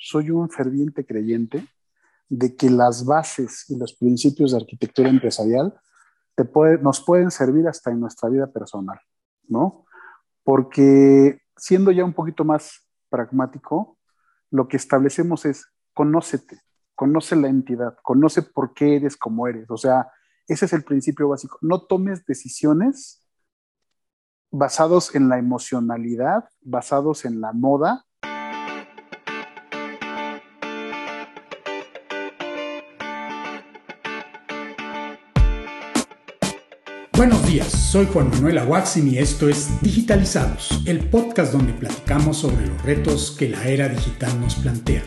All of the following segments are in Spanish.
soy un ferviente creyente de que las bases y los principios de arquitectura empresarial nos pueden servir hasta en nuestra vida personal, ¿no? Porque siendo ya un poquito más pragmático, lo que establecemos es conócete, conoce la entidad, conoce por qué eres como eres. O sea, ese es el principio básico. No tomes decisiones basados en la emocionalidad, basados en la moda. Buenos días, soy Juan Manuel Aguaxin y esto es Digitalizados, el podcast donde platicamos sobre los retos que la era digital nos plantea.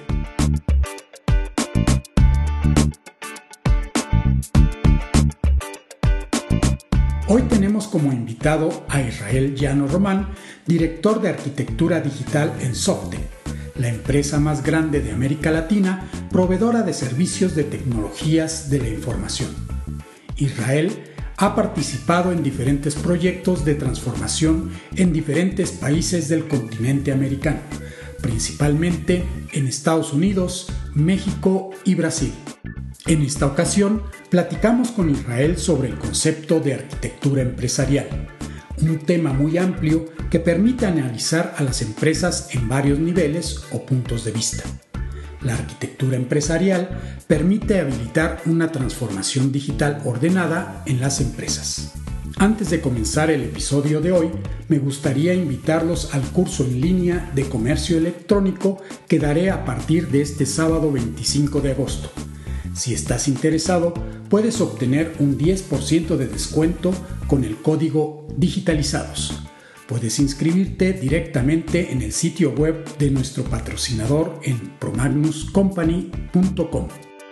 Hoy tenemos como invitado a Israel Llano Román, director de arquitectura digital en Softec, la empresa más grande de América Latina, proveedora de servicios de tecnologías de la información. Israel ha participado en diferentes proyectos de transformación en diferentes países del continente americano, principalmente en Estados Unidos, México y Brasil. En esta ocasión, platicamos con Israel sobre el concepto de arquitectura empresarial, un tema muy amplio que permite analizar a las empresas en varios niveles o puntos de vista. La arquitectura empresarial permite habilitar una transformación digital ordenada en las empresas. Antes de comenzar el episodio de hoy, me gustaría invitarlos al curso en línea de comercio electrónico que daré a partir de este sábado 25 de agosto. Si estás interesado, puedes obtener un 10% de descuento con el código Digitalizados. Puedes inscribirte directamente en el sitio web de nuestro patrocinador en promagnuscompany.com.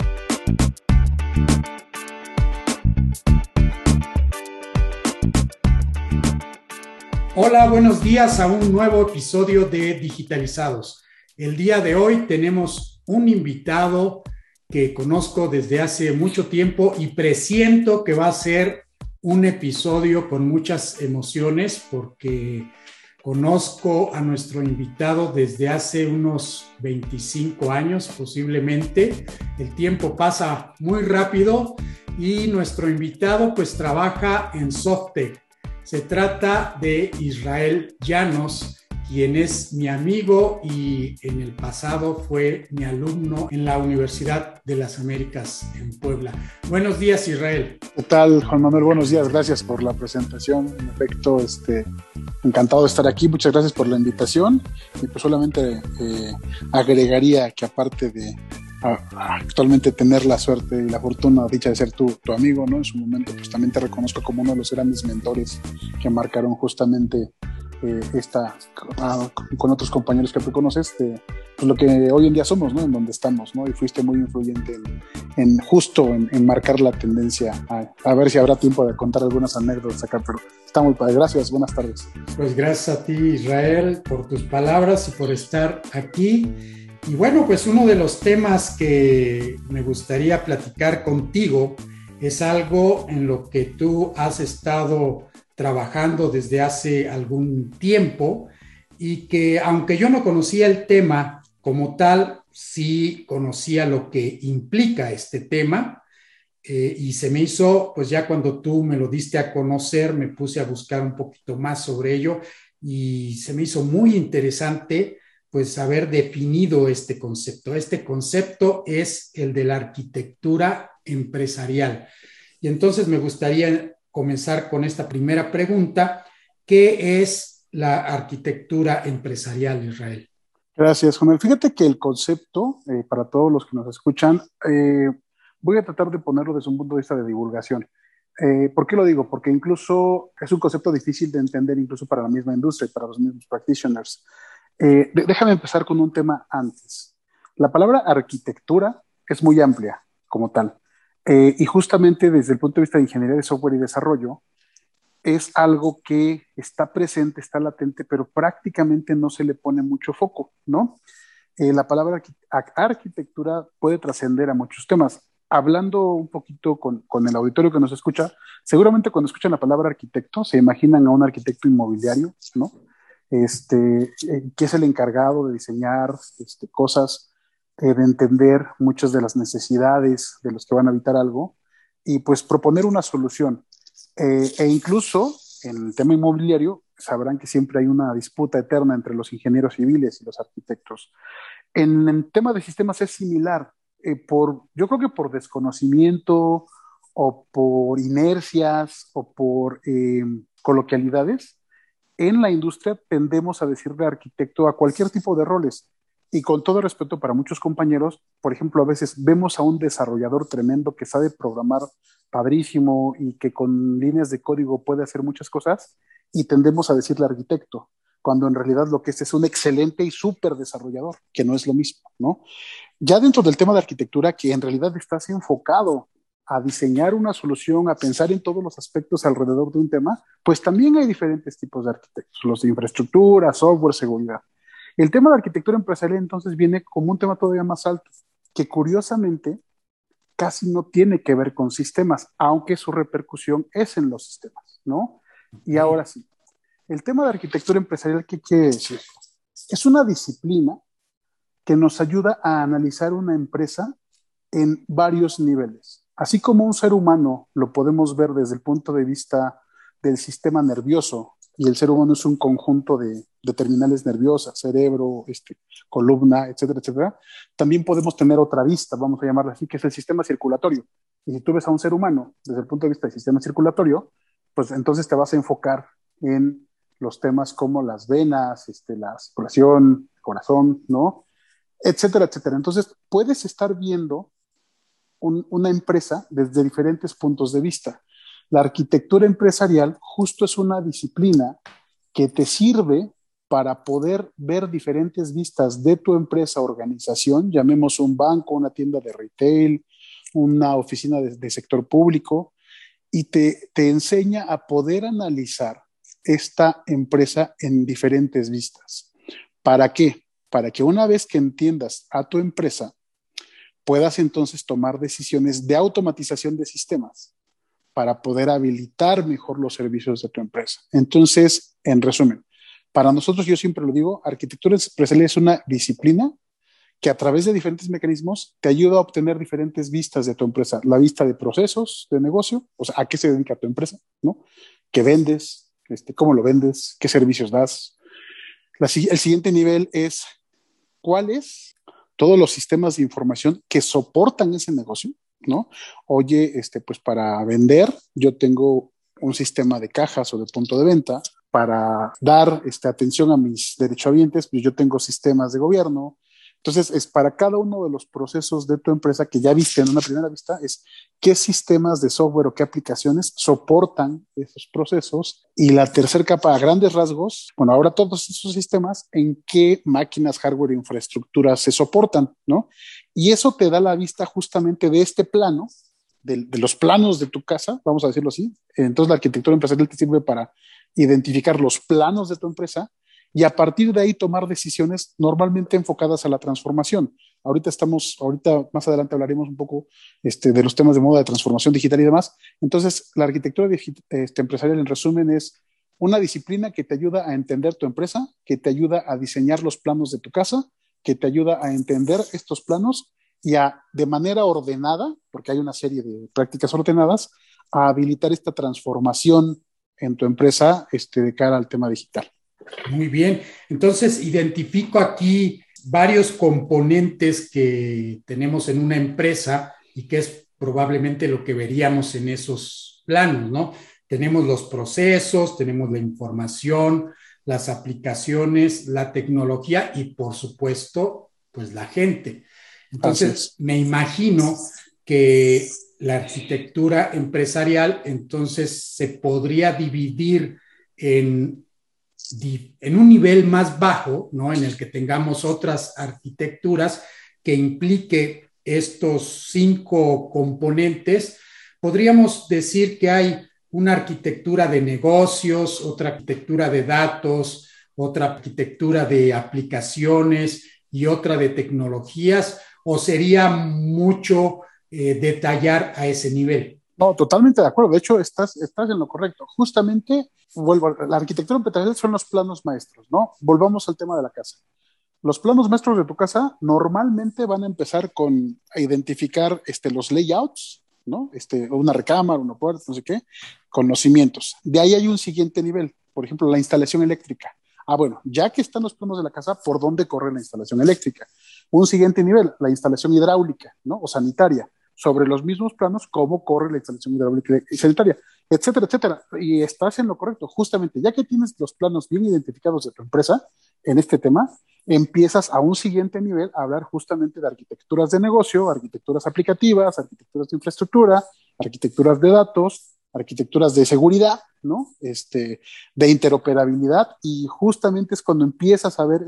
Hola, buenos días a un nuevo episodio de Digitalizados. El día de hoy tenemos un invitado que conozco desde hace mucho tiempo y presiento que va a ser un episodio con muchas emociones porque conozco a nuestro invitado desde hace unos 25 años posiblemente. El tiempo pasa muy rápido y nuestro invitado pues trabaja en Softec. Se trata de Israel Llanos, quien es mi amigo y en el pasado fue mi alumno en la Universidad de las Américas en Puebla. Buenos días, Israel. ¿Qué tal, Juan Manuel? Buenos días, gracias por la presentación. En efecto, encantado de estar aquí, muchas gracias por la invitación. Y pues solamente agregaría que aparte de actualmente tener la suerte y la fortuna, dicha de ser tu amigo, ¿no? En su momento, pues también te reconozco como uno de los grandes mentores que marcaron justamente con otros compañeros que tú conoces, pues lo que hoy en día somos, ¿no? En donde estamos, ¿no? Y fuiste muy influyente en marcar la tendencia. A ver si habrá tiempo de contar algunas anécdotas acá, pero está muy padre. Gracias, buenas tardes. Pues gracias a ti, Israel, por tus palabras y por estar aquí. Y bueno, pues uno de los temas que me gustaría platicar contigo es algo en lo que tú has estado trabajando desde hace algún tiempo y que aunque yo no conocía el tema como tal, sí conocía lo que implica este tema y se me hizo, pues ya cuando tú me lo diste a conocer, me puse a buscar un poquito más sobre ello y se me hizo muy interesante pues haber definido este concepto. Este concepto es el de la arquitectura empresarial. Y entonces me gustaría comenzar con esta primera pregunta. ¿Qué es la arquitectura empresarial, Israel? Gracias, Juan. Fíjate que el concepto, para todos los que nos escuchan, voy a tratar de ponerlo desde un punto de vista de divulgación. ¿Por qué lo digo? Porque incluso es un concepto difícil de entender incluso para la misma industria y para los mismos practitioners. Déjame empezar con un tema antes. La palabra arquitectura es muy amplia como tal. Y justamente desde el punto de vista de ingeniería de software y desarrollo, es algo que está presente, está latente, pero prácticamente no se le pone mucho foco, ¿no? La palabra arquitectura puede trascender a muchos temas. Hablando un poquito con el auditorio que nos escucha, seguramente cuando escuchan la palabra arquitecto se imaginan a un arquitecto inmobiliario, ¿no? Que es el encargado de diseñar cosas de entender muchas de las necesidades de los que van a habitar algo y pues proponer una solución. E incluso en el tema inmobiliario sabrán que siempre hay una disputa eterna entre los ingenieros civiles y los arquitectos. En el tema de sistemas es similar, yo creo que por desconocimiento o por inercias o por coloquialidades, en la industria tendemos a decirle arquitecto a cualquier tipo de roles. Y con todo respeto para muchos compañeros, por ejemplo, a veces vemos a un desarrollador tremendo que sabe programar padrísimo y que con líneas de código puede hacer muchas cosas y tendemos a decirle arquitecto, cuando en realidad lo que es un excelente y súper desarrollador, que no es lo mismo, ¿no? Ya dentro del tema de arquitectura, que en realidad estás enfocado a diseñar una solución, a pensar en todos los aspectos alrededor de un tema, pues también hay diferentes tipos de arquitectos, los de infraestructura, software, seguridad. El tema de arquitectura empresarial entonces viene como un tema todavía más alto, que curiosamente casi no tiene que ver con sistemas, aunque su repercusión es en los sistemas, ¿no? Y ahora sí, el tema de arquitectura empresarial, ¿qué quiere decir? Es una disciplina que nos ayuda a analizar una empresa en varios niveles. Así como un ser humano lo podemos ver desde el punto de vista del sistema nervioso, y el ser humano es un conjunto de terminales nerviosas, cerebro, columna, etcétera, etcétera, también podemos tener otra vista, vamos a llamarla así, que es el sistema circulatorio. Y si tú ves a un ser humano desde el punto de vista del sistema circulatorio, pues entonces te vas a enfocar en los temas como las venas, la circulación, el corazón, ¿no? Etcétera, etcétera. Entonces, puedes estar viendo una empresa desde diferentes puntos de vista. La arquitectura empresarial justo es una disciplina que te sirve para poder ver diferentes vistas de tu empresa, organización, llamemos un banco, una tienda de retail, una oficina de sector público, y te enseña a poder analizar esta empresa en diferentes vistas. ¿Para qué? Para que una vez que entiendas a tu empresa, puedas entonces tomar decisiones de automatización de sistemas para poder habilitar mejor los servicios de tu empresa. Entonces, en resumen, para nosotros, yo siempre lo digo, arquitectura empresarial es una disciplina que a través de diferentes mecanismos te ayuda a obtener diferentes vistas de tu empresa. La vista de procesos de negocio, o sea, a qué se dedica tu empresa, ¿no? ¿Qué vendes? ¿Cómo lo vendes? ¿Qué servicios das? El siguiente nivel es cuáles todos los sistemas de información que soportan ese negocio, ¿no? Oye, pues para vender, yo tengo un sistema de cajas o de punto de venta. Para dar atención a mis derechohabientes, pues yo tengo sistemas de gobierno. Entonces, es para cada uno de los procesos de tu empresa que ya viste en una primera vista, es qué sistemas de software o qué aplicaciones soportan esos procesos. Y la tercera capa, a grandes rasgos, bueno, ahora todos esos sistemas, en qué máquinas, hardware e infraestructura se soportan, ¿no? Y eso te da la vista justamente de este plano, de los planos de tu casa, vamos a decirlo así. Entonces, la arquitectura empresarial te sirve para identificar los planos de tu empresa y a partir de ahí tomar decisiones normalmente enfocadas a la transformación. Ahorita más adelante hablaremos un poco de los temas de moda de transformación digital y demás. Entonces, la arquitectura empresarial, en resumen, es una disciplina que te ayuda a entender tu empresa, que te ayuda a diseñar los planos de tu casa, que te ayuda a entender estos planos y de manera ordenada, porque hay una serie de prácticas ordenadas, a habilitar esta transformación en tu empresa de cara al tema digital. Muy bien, entonces identifico aquí varios componentes que tenemos en una empresa y que es probablemente lo que veríamos en esos planos, ¿no? Tenemos los procesos, tenemos la información, las aplicaciones, la tecnología y por supuesto, pues la gente. Entonces, me imagino que la arquitectura empresarial entonces se podría dividir en un nivel más bajo, ¿no? En el que tengamos otras arquitecturas que implique estos 5 componentes. Podríamos decir que hay una arquitectura de negocios, otra arquitectura de datos, otra arquitectura de aplicaciones y otra de tecnologías, o sería mucho detallar a ese nivel. No, totalmente de acuerdo. De hecho, estás en lo correcto. Justamente, la arquitectura empresarial son los planos maestros, ¿no? Volvamos al tema de la casa. Los planos maestros de tu casa normalmente van a empezar con a identificar los layouts, ¿no? Una recámara, una puerta, no sé qué, con los cimientos. De ahí hay un siguiente nivel, por ejemplo, la instalación eléctrica. Ah, bueno, ya que están los planos de la casa, ¿por dónde corre la instalación eléctrica? Un siguiente nivel, la instalación hidráulica, ¿no? O sanitaria. Sobre los mismos planos, cómo corre la instalación hidráulica y sanitaria, etcétera, etcétera. Y estás en lo correcto. Justamente, ya que tienes los planos bien identificados de tu empresa en este tema, empiezas a un siguiente nivel a hablar justamente de arquitecturas de negocio, arquitecturas aplicativas, arquitecturas de infraestructura, arquitecturas de datos, arquitecturas de seguridad, ¿no? De interoperabilidad, y justamente es cuando empiezas a ver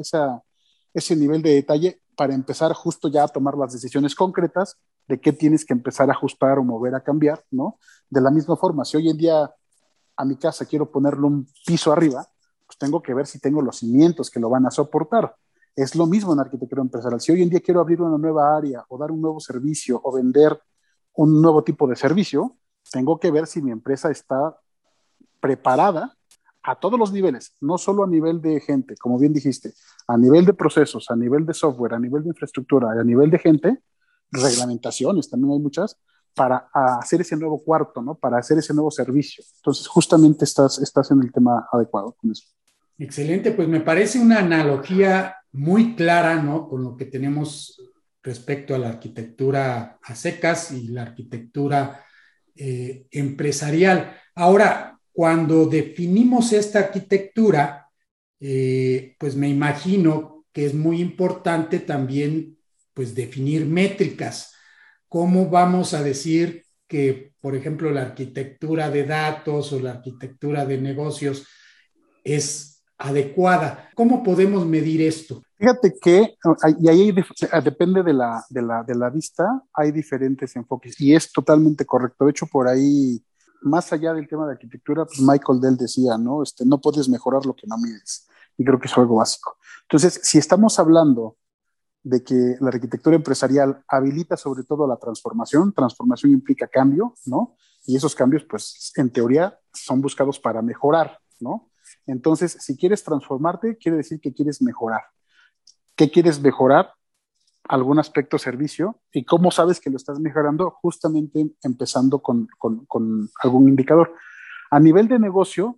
ese nivel de detalle para empezar justo ya a tomar las decisiones concretas de qué tienes que empezar a ajustar o mover a cambiar, ¿no? De la misma forma, si hoy en día a mi casa quiero ponerle un piso arriba, pues tengo que ver si tengo los cimientos que lo van a soportar. Es lo mismo en arquitectura empresarial. Si hoy en día quiero abrir una nueva área o dar un nuevo servicio o vender un nuevo tipo de servicio, tengo que ver si mi empresa está preparada a todos los niveles, no solo a nivel de gente, como bien dijiste, a nivel de procesos, a nivel de software, a nivel de infraestructura, a nivel de gente, reglamentaciones, también hay muchas, para hacer ese nuevo cuarto, ¿no? Para hacer ese nuevo servicio. Entonces, justamente estás en el tema adecuado con eso. Excelente, pues me parece una analogía muy clara, ¿no? Con lo que tenemos respecto a la arquitectura a secas y la arquitectura empresarial. Ahora, cuando definimos esta arquitectura, pues me imagino que es muy importante también, pues, definir métricas. ¿Cómo vamos a decir que, por ejemplo, la arquitectura de datos o la arquitectura de negocios es adecuada? ¿Cómo podemos medir esto? Fíjate que, y ahí depende de la vista, hay diferentes enfoques y es totalmente correcto. De hecho, por ahí, más allá del tema de arquitectura, pues Michael Dell decía, ¿no? No puedes mejorar lo que no mides. Y creo que es algo básico. Entonces, si estamos hablando de que la arquitectura empresarial habilita sobre todo la transformación, transformación implica cambio, ¿no? Y esos cambios, pues, en teoría, son buscados para mejorar, ¿no? Entonces, si quieres transformarte, quiere decir que quieres mejorar. ¿Qué quieres mejorar? Algún aspecto servicio. ¿Y cómo sabes que lo estás mejorando? Justamente empezando con algún indicador. A nivel de negocio,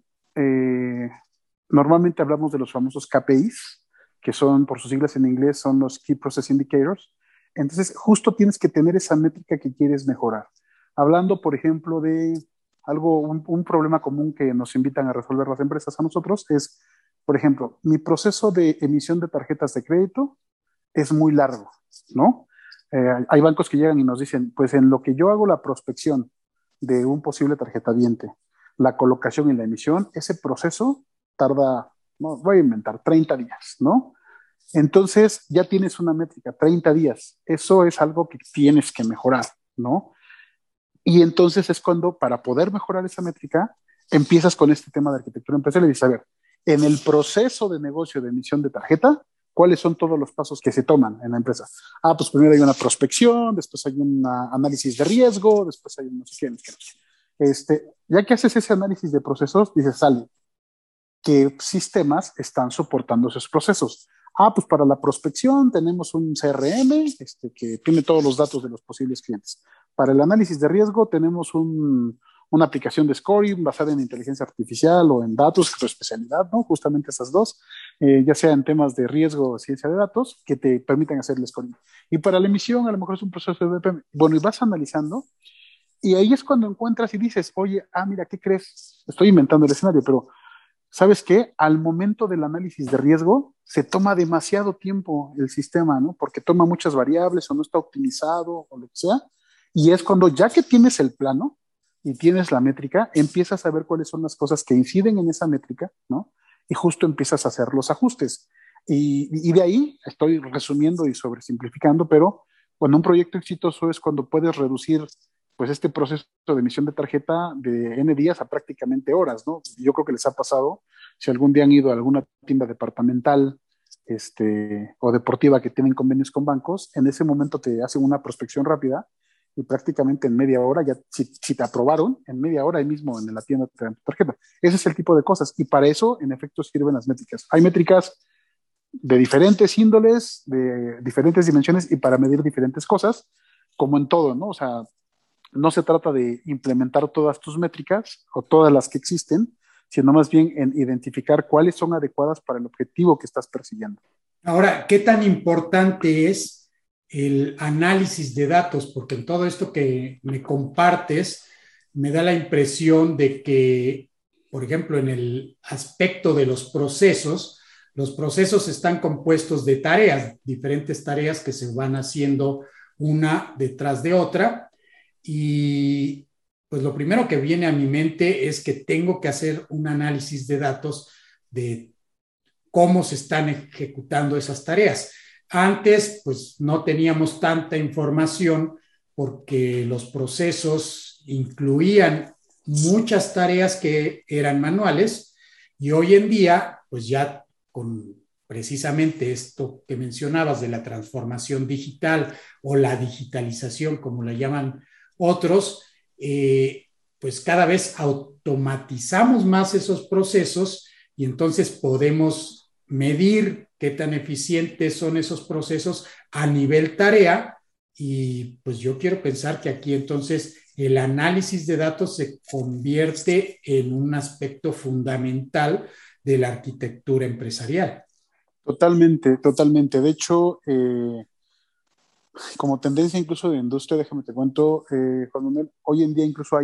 normalmente hablamos de los famosos KPIs, que son, por sus siglas en inglés, son los Key Process Indicators. Entonces, justo tienes que tener esa métrica que quieres mejorar. Hablando, por ejemplo, de un problema común que nos invitan a resolver las empresas a nosotros es, por ejemplo, mi proceso de emisión de tarjetas de crédito es muy largo, ¿no? Hay bancos que llegan y nos dicen, pues en lo que yo hago la prospección de un posible tarjetaviente, la colocación y la emisión, ese proceso tarda, no, voy a inventar, 30 días, ¿no? Entonces ya tienes una métrica, 30 días. Eso es algo que tienes que mejorar, ¿no? Y entonces es cuando, para poder mejorar esa métrica, empiezas con este tema de arquitectura empresarial y dices, a ver, en el proceso de negocio de emisión de tarjeta, ¿cuáles son todos los pasos que se toman en la empresa? Ah, pues primero hay una prospección, después hay un análisis de riesgo, después hay un no sé qué, no sé qué. Ya que haces ese análisis de procesos, dices, sale, ¿qué sistemas están soportando esos procesos? Ah, pues para la prospección tenemos un CRM que tiene todos los datos de los posibles clientes. Para el análisis de riesgo tenemos una aplicación de scoring basada en inteligencia artificial o en datos, que es tu especialidad, ¿no? Justamente esas dos, ya sea en temas de riesgo o ciencia de datos, que te permitan hacer el scoring. Y para la emisión, a lo mejor es un proceso de BPM. Bueno, y vas analizando, y ahí es cuando encuentras y dices, oye, mira, ¿qué crees? Estoy inventando el escenario, pero ¿sabes qué? Al momento del análisis de riesgo se toma demasiado tiempo el sistema, ¿no? Porque toma muchas variables o no está optimizado o lo que sea. Y es cuando ya que tienes el plano y tienes la métrica, empiezas a ver cuáles son las cosas que inciden en esa métrica, ¿no? Y justo empiezas a hacer los ajustes. Y de ahí, estoy resumiendo y sobresimplificando, pero cuando un proyecto exitoso es cuando puedes reducir pues este proceso de emisión de tarjeta de N días a prácticamente horas, ¿no? Yo creo que les ha pasado, si algún día han ido a alguna tienda departamental o deportiva que tienen convenios con bancos, en ese momento te hacen una prospección rápida y prácticamente en media hora, ya si te aprobaron, en media hora ahí mismo en la tienda te dan tu tarjeta. Ese es el tipo de cosas y para eso, en efecto, sirven las métricas. Hay métricas de diferentes índoles, de diferentes dimensiones y para medir diferentes cosas, como en todo, ¿no? O sea, no se trata de implementar todas tus métricas o todas las que existen, sino más bien en identificar cuáles son adecuadas para el objetivo que estás persiguiendo. Ahora, ¿qué tan importante es el análisis de datos? Porque en todo esto que me compartes, me da la impresión de que, por ejemplo, en el aspecto de los procesos están compuestos de tareas, diferentes tareas que se van haciendo una detrás de otra. Y pues lo primero que viene a mi mente es que tengo que hacer un análisis de datos de cómo se están ejecutando esas tareas. Antes, pues no teníamos tanta información porque los procesos incluían muchas tareas que eran manuales y hoy en día, pues ya con precisamente esto que mencionabas de la transformación digital o la digitalización, como la llaman otros, pues cada vez automatizamos más esos procesos y entonces podemos medir qué tan eficientes son esos procesos a nivel tarea y pues yo quiero pensar que aquí entonces el análisis de datos se convierte en un aspecto fundamental de la arquitectura empresarial. Totalmente, totalmente. De hecho, como tendencia incluso de industria, déjame te cuento, Juan Manuel, hoy en día incluso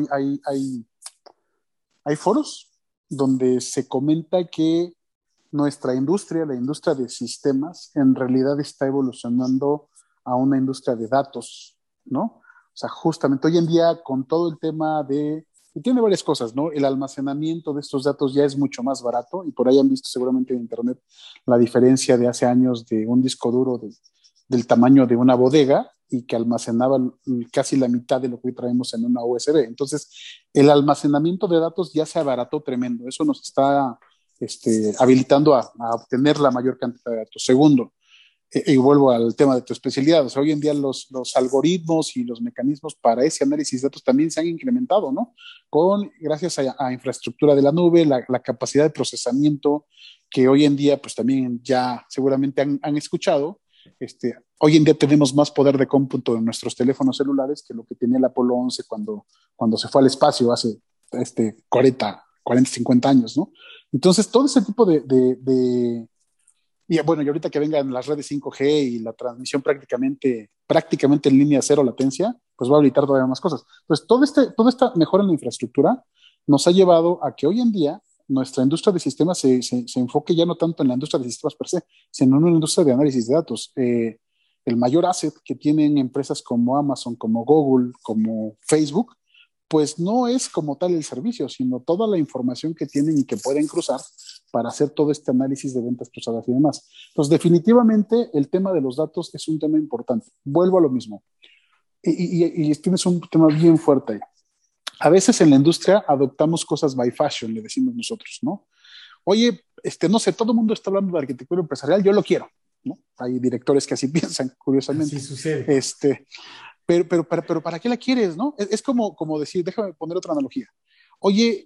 hay foros donde se comenta que nuestra industria, la industria de sistemas, en realidad está evolucionando a una industria de datos, ¿no? O sea, justamente hoy en día con todo el tema de, y tiene varias cosas, ¿no? El almacenamiento de estos datos ya es mucho más barato y por ahí han visto seguramente en internet la diferencia de hace años de un disco duro del tamaño de una bodega y que almacenaba casi la mitad de lo que hoy traemos en una USB. Entonces, el almacenamiento de datos ya se abarató tremendo. Eso nos está habilitando a obtener la mayor cantidad de datos. Segundo, y vuelvo al tema de tu especialidad, o sea, hoy en día los algoritmos y los mecanismos para ese análisis de datos también se han incrementado, ¿no? Gracias a infraestructura de la nube, la capacidad de procesamiento que hoy en día, pues también ya seguramente han escuchado, hoy en día tenemos más poder de cómputo en nuestros teléfonos celulares que lo que tenía el Apolo 11 cuando se fue al espacio hace 50 años, ¿no? Entonces, todo ese tipo y bueno, y ahorita que vengan las redes 5G y la transmisión prácticamente en línea cero latencia, pues va a habilitar todavía más cosas. Entonces, toda esta mejora en la infraestructura nos ha llevado a que hoy en día nuestra industria de sistemas se enfoque ya no tanto en la industria de sistemas per se, sino en una industria de análisis de datos. El mayor asset que tienen empresas como Amazon, como Google, como Facebook, pues no es como tal el servicio, sino toda la información que tienen y que pueden cruzar para hacer todo este análisis de ventas cruzadas y demás. Entonces, definitivamente el tema de los datos es un tema importante. Vuelvo a lo mismo. Y tienes un tema bien fuerte ahí. A veces en la industria adoptamos cosas by fashion, le decimos nosotros, ¿no? Oye, no sé, todo el mundo está hablando de arquitectura empresarial, yo lo quiero, ¿no? Hay directores que así piensan, curiosamente. Así sucede. Pero ¿para qué la quieres, no? Es como decir, déjame poner otra analogía. Oye,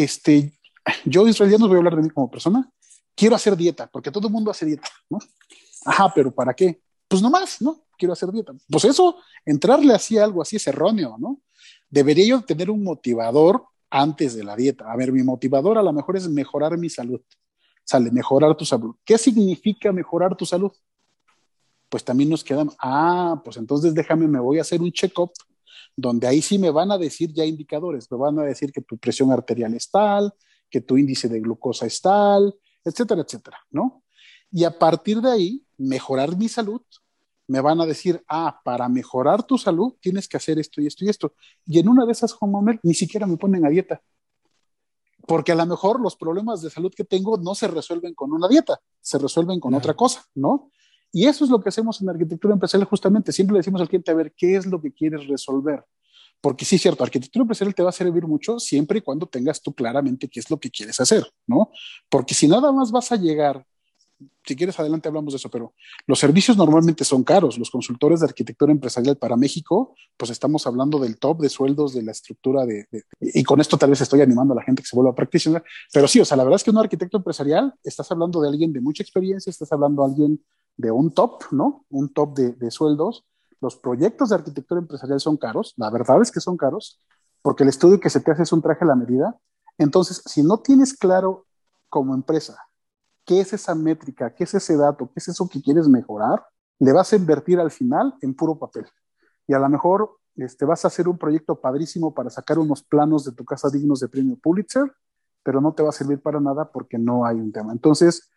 yo, Israel, ya no voy a hablar de mí como persona, quiero hacer dieta, porque todo el mundo hace dieta, ¿no? Ajá, pero ¿para qué? Pues nomás, ¿no? Quiero hacer dieta. Pues eso, entrarle así a algo así es erróneo, ¿no? Debería yo tener un motivador antes de la dieta. A ver, mi motivador a lo mejor es mejorar mi salud. Sale, mejorar tu salud. ¿Qué significa mejorar tu salud? Pues también nos quedan, pues entonces me voy a hacer un check-up donde ahí sí me van a decir ya indicadores, me van a decir que tu presión arterial es tal, que tu índice de glucosa es tal, etcétera, etcétera, ¿no? Y a partir de ahí, mejorar mi salud, me van a decir, para mejorar tu salud tienes que hacer esto y esto y esto. Y en una de esas, Juan Manuel, ni siquiera me ponen a dieta, porque a lo mejor los problemas de salud que tengo no se resuelven con una dieta, se resuelven con otra cosa, ¿no? Y eso es lo que hacemos en arquitectura empresarial justamente. Siempre le decimos al cliente, a ver, ¿qué es lo que quieres resolver? Porque sí es cierto, arquitectura empresarial te va a servir mucho siempre y cuando tengas tú claramente qué es lo que quieres hacer, ¿no? Porque si nada más vas a llegar si quieres adelante hablamos de eso, pero los servicios normalmente son caros. Los consultores de arquitectura empresarial para México, pues estamos hablando del top de sueldos de la estructura y con esto tal vez estoy animando a la gente que se vuelva a practitioner, pero sí, o sea, la verdad es que un arquitecto empresarial, estás hablando de alguien de mucha experiencia, estás hablando de alguien de un top, ¿no? Un top de sueldos. Los proyectos de arquitectura empresarial son caros, la verdad es que son caros, porque el estudio que se te hace es un traje a la medida. Entonces, si no tienes claro como empresa qué es esa métrica, qué es ese dato, qué es eso que quieres mejorar, le vas a invertir al final en puro papel. Y a lo mejor vas a hacer un proyecto padrísimo para sacar unos planos de tu casa dignos de premio Pulitzer, pero no te va a servir para nada porque no hay un tema. Entonces,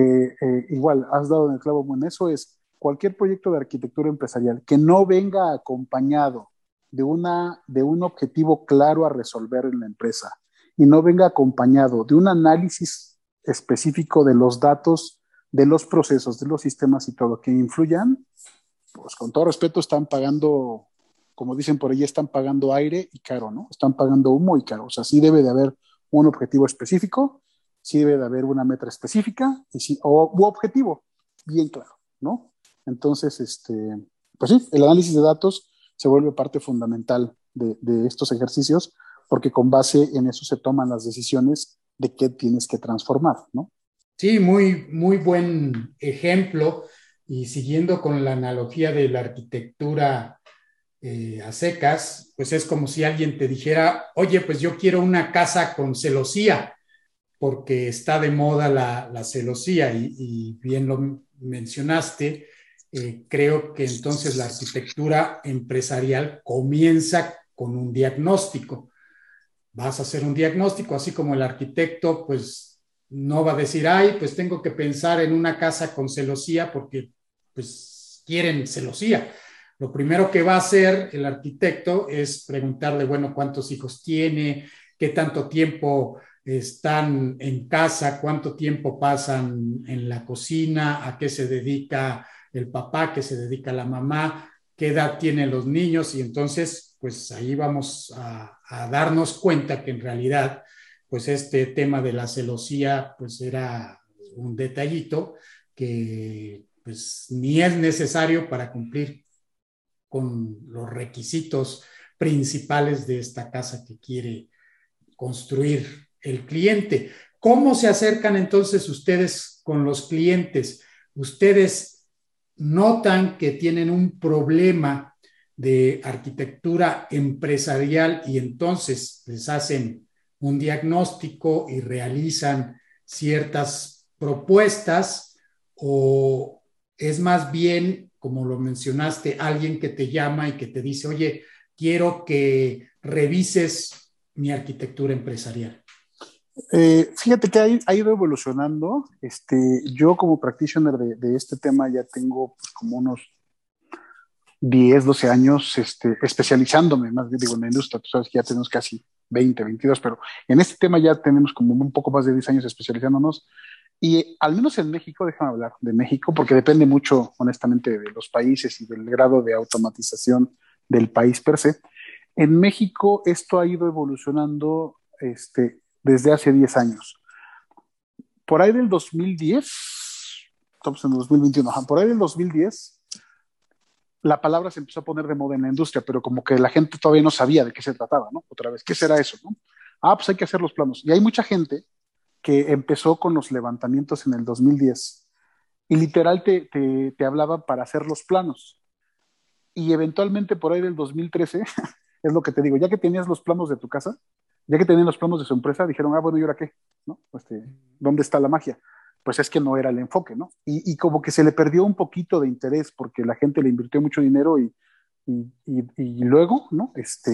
igual, has dado en el clavo en eso, es cualquier proyecto de arquitectura empresarial que no venga acompañado de un objetivo claro a resolver en la empresa y no venga acompañado de un análisis específico de los datos, de los procesos, de los sistemas y todo que influyan, pues con todo respeto están pagando, como dicen por ahí, están pagando aire y caro, ¿no? Están pagando humo y caro. O sea, sí debe de haber un objetivo específico, sí debe de haber una meta específica y sí, u objetivo bien claro, ¿no? Entonces, pues sí, el análisis de datos se vuelve parte fundamental de estos ejercicios porque con base en eso se toman las decisiones de qué tienes que transformar, ¿no? Sí, muy, muy buen ejemplo. Y siguiendo con la analogía de la arquitectura a secas, pues es como si alguien te dijera, oye, pues yo quiero una casa con celosía, porque está de moda la celosía y bien lo mencionaste, creo que entonces la arquitectura empresarial comienza con un diagnóstico. Vas a hacer un diagnóstico, así como el arquitecto, pues no va a decir, ay, pues tengo que pensar en una casa con celosía porque pues quieren celosía. Lo primero que va a hacer el arquitecto es preguntarle, bueno, ¿cuántos hijos tiene? ¿Qué tanto tiempo están en casa? ¿Cuánto tiempo pasan en la cocina? ¿A qué se dedica el papá? ¿Qué se dedica la mamá? ¿Qué edad tienen los niños? Y entonces, pues ahí vamos a darnos cuenta que en realidad, pues este tema de la celosía, pues era un detallito que pues ni es necesario para cumplir con los requisitos principales de esta casa que quiere construir el cliente. ¿Cómo se acercan entonces ustedes con los clientes? Ustedes notan que tienen un problema de arquitectura empresarial y entonces les hacen un diagnóstico y realizan ciertas propuestas, o es más bien, como lo mencionaste, alguien que te llama y que te dice, oye, quiero que revises mi arquitectura empresarial. Fíjate que ha ido evolucionando. Yo como practitioner de este tema ya tengo pues, como unos 10 12 años especializándome, más bien digo, en la industria. Tú sabes que ya tenemos casi 20 22 pero en este tema ya tenemos como un poco más de 10 años especializándonos. Y al menos en México, déjame hablar de México, porque depende mucho, honestamente, de los países y del grado de automatización del país per se. En México esto ha ido evolucionando desde hace 10 años. Por ahí del 2010, estamos en 2021, ajá, por ahí del 2010, la palabra se empezó a poner de moda en la industria, pero como que la gente todavía no sabía de qué se trataba, ¿no? Otra vez, ¿qué será eso, no? Ah, pues hay que hacer los planos. Y hay mucha gente que empezó con los levantamientos en el 2010 y literal te hablaban para hacer los planos. Y eventualmente por ahí del 2013, es lo que te digo, ya que tenías los planos de tu casa, ya que tenían los planos de su empresa, dijeron, ah, bueno, ¿y ahora qué? ¿No? ¿Dónde está la magia? Pues es que no era el enfoque, ¿no? Y como que se le perdió un poquito de interés porque la gente le invirtió mucho dinero y luego, ¿no?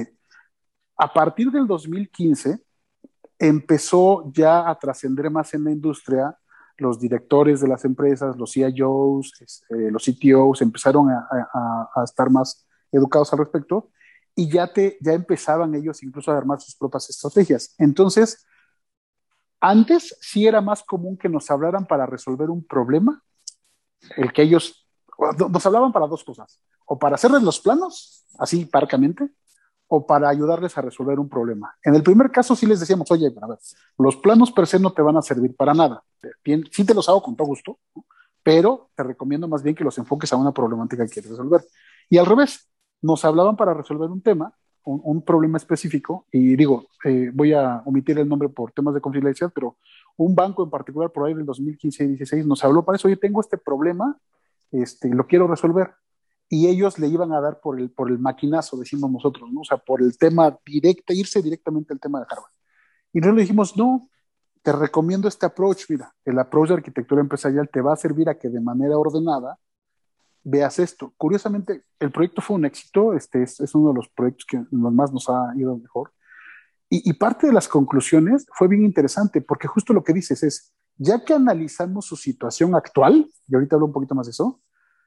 A partir del 2015 empezó ya a trascender más en la industria. Los directores de las empresas, los CIOs, los CTOs empezaron a estar más educados al respecto y ya empezaban ellos incluso a armar sus propias estrategias. Entonces, antes sí era más común que nos hablaran para resolver un problema, el que ellos nos hablaban para dos cosas, o para hacerles los planos, así parcamente, o para ayudarles a resolver un problema. En el primer caso sí les decíamos, oye, a ver, los planos per se no te van a servir para nada. Bien, sí te los hago con todo gusto, ¿no? Pero te recomiendo más bien que los enfoques a una problemática que quieres resolver. Y al revés, nos hablaban para resolver un tema, un problema específico, y digo, voy a omitir el nombre por temas de confidencialidad, pero un banco en particular por ahí del 2015 y 16 nos habló para eso, oye, tengo este problema, lo quiero resolver. Y ellos le iban a dar por el maquinazo, decimos nosotros, ¿no? O sea, por el tema directo, irse directamente al tema de Harvard. Y nosotros le dijimos, no, te recomiendo este approach, mira, el approach de arquitectura empresarial te va a servir a que de manera ordenada veas esto. Curiosamente, el proyecto fue un éxito, es uno de los proyectos que más nos ha ido mejor. Y parte de las conclusiones fue bien interesante, porque justo lo que dices es, ya que analizamos su situación actual, y ahorita hablo un poquito más de eso,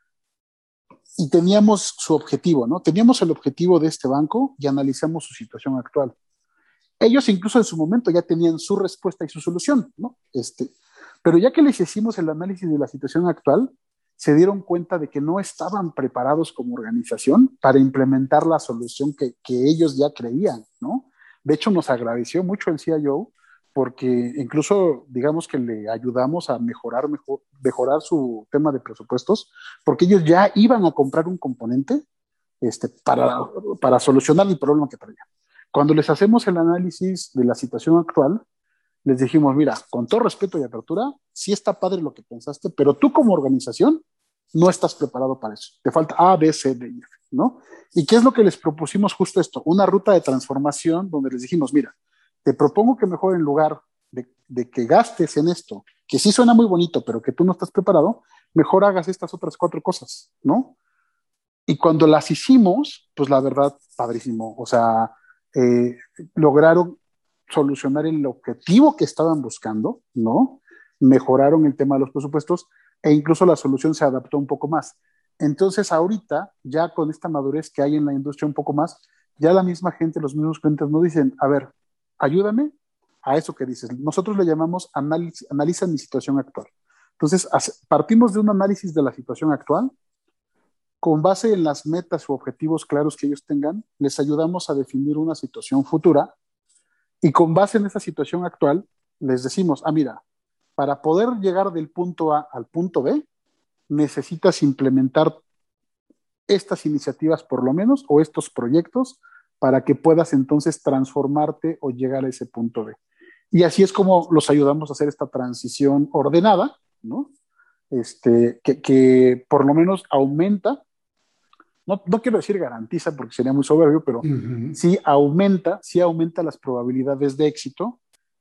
y teníamos su objetivo, ¿no? Teníamos el objetivo de este banco y analizamos su situación actual. Ellos incluso en su momento ya tenían su respuesta y su solución, ¿no? Pero ya que les hicimos el análisis de la situación actual, se dieron cuenta de que no estaban preparados como organización para implementar la solución que ellos ya creían, ¿no? De hecho, nos agradeció mucho el CIO porque incluso digamos que le ayudamos a mejorar su tema de presupuestos, porque ellos ya iban a comprar un componente para solucionar el problema que traían. Cuando les hacemos el análisis de la situación actual, les dijimos, mira, con todo respeto y apertura, sí está padre lo que pensaste, pero tú como organización no estás preparado para eso. Te falta A, B, C, D y F, ¿no? ¿Y qué es lo que les propusimos justo esto? Una ruta de transformación donde les dijimos, mira, te propongo que mejor en lugar de que gastes en esto, que sí suena muy bonito, pero que tú no estás preparado, mejor hagas estas otras 4 cosas, ¿no? Y cuando las hicimos, pues la verdad, padrísimo. O sea, eh, lograron solucionar el objetivo que estaban buscando, ¿no? Mejoraron el tema de los presupuestos e incluso la solución se adaptó un poco más. Entonces, ahorita, ya con esta madurez que hay en la industria un poco más, ya la misma gente, los mismos clientes nos dicen, a ver, ayúdame a eso que dices. Nosotros le llamamos analiza mi situación actual. Entonces, partimos de un análisis de la situación actual, con base en las metas u objetivos claros que ellos tengan, les ayudamos a definir una situación futura y con base en esa situación actual, les decimos, mira, para poder llegar del punto A al punto B, necesitas implementar estas iniciativas por lo menos o estos proyectos para que puedas entonces transformarte o llegar a ese punto B. Y así es como los ayudamos a hacer esta transición ordenada, ¿no? Que por lo menos aumenta, no quiero decir garantiza porque sería muy soberbio, pero sí aumenta las probabilidades de éxito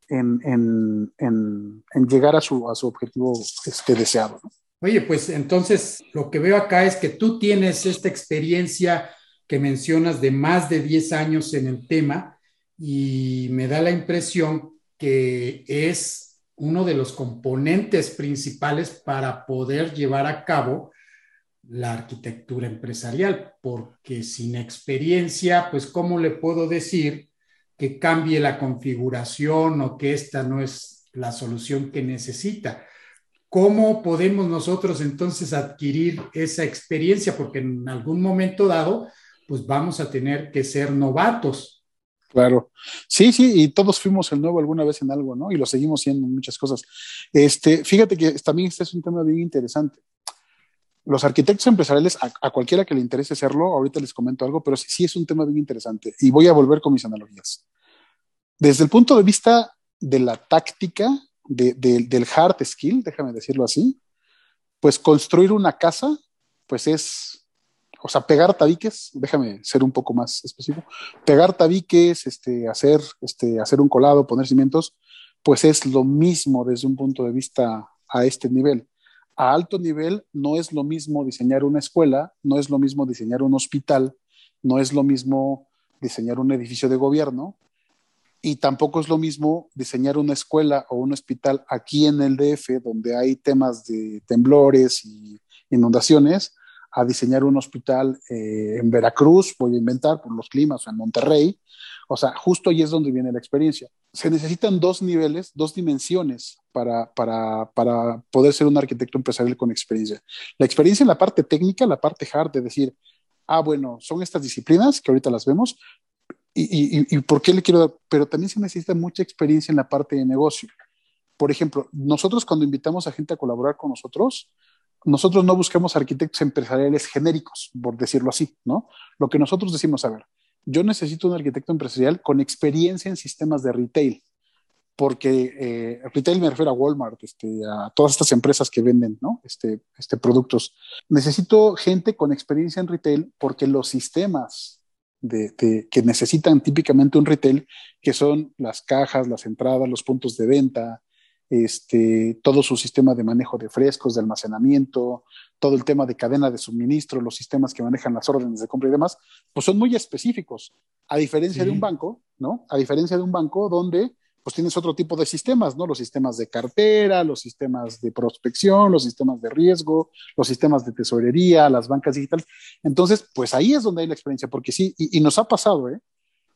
en llegar a su objetivo deseado, ¿no? Oye, pues entonces lo que veo acá es que tú tienes esta experiencia que mencionas de más de 10 años en el tema y me da la impresión que es uno de los componentes principales para poder llevar a cabo la arquitectura empresarial, porque sin experiencia, pues, ¿cómo le puedo decir que cambie la configuración o que esta no es la solución que necesita? ¿Cómo podemos nosotros entonces adquirir esa experiencia? Porque en algún momento dado, pues vamos a tener que ser novatos. Claro. Sí, sí, y todos fuimos el nuevo alguna vez en algo, ¿no? Y lo seguimos siendo en muchas cosas. Fíjate que también este es un tema bien interesante. Los arquitectos empresariales, a cualquiera que le interese hacerlo, ahorita les comento algo, pero sí es un tema bien interesante y voy a volver con mis analogías. Desde el punto de vista de la táctica, del hard skill, déjame decirlo así, pues construir una casa, pues es, o sea, pegar tabiques, déjame ser un poco más específico, pegar tabiques, hacer un colado, poner cimientos, pues es lo mismo desde un punto de vista a este nivel. A alto nivel no es lo mismo diseñar una escuela, no es lo mismo diseñar un hospital, no es lo mismo diseñar un edificio de gobierno y tampoco es lo mismo diseñar una escuela o un hospital aquí en el DF, donde hay temas de temblores y inundaciones, a diseñar un hospital en Veracruz, voy a inventar por los climas, o en Monterrey. O sea, justo ahí es donde viene la experiencia. Se necesitan 2 niveles, 2 dimensiones para poder ser un arquitecto empresarial con experiencia. La experiencia en la parte técnica, la parte hard, de decir, bueno, son estas disciplinas que ahorita las vemos, ¿Y por qué le quiero dar? Pero también se necesita mucha experiencia en la parte de negocio. Por ejemplo, nosotros cuando invitamos a gente a colaborar con nosotros no buscamos arquitectos empresariales genéricos, por decirlo así, ¿no? Lo que nosotros decimos, a ver, yo necesito un arquitecto empresarial con experiencia en sistemas de retail, porque retail me refiero a Walmart, a todas estas empresas que venden, ¿no? Productos. Necesito gente con experiencia en retail porque los sistemas que necesitan típicamente un retail, que son las cajas, las entradas, los puntos de venta, todo su sistema de manejo de frescos, de almacenamiento, todo el tema de cadena de suministro, los sistemas que manejan las órdenes de compra y demás, pues son muy específicos, a diferencia de un Sí. banco, ¿no? A diferencia de un banco donde pues tienes otro tipo de sistemas, ¿no? Los sistemas de cartera, los sistemas de prospección, los sistemas de riesgo, los sistemas de tesorería, las bancas digitales. Entonces, pues ahí es donde hay la experiencia, porque sí, y nos ha pasado, ¿eh?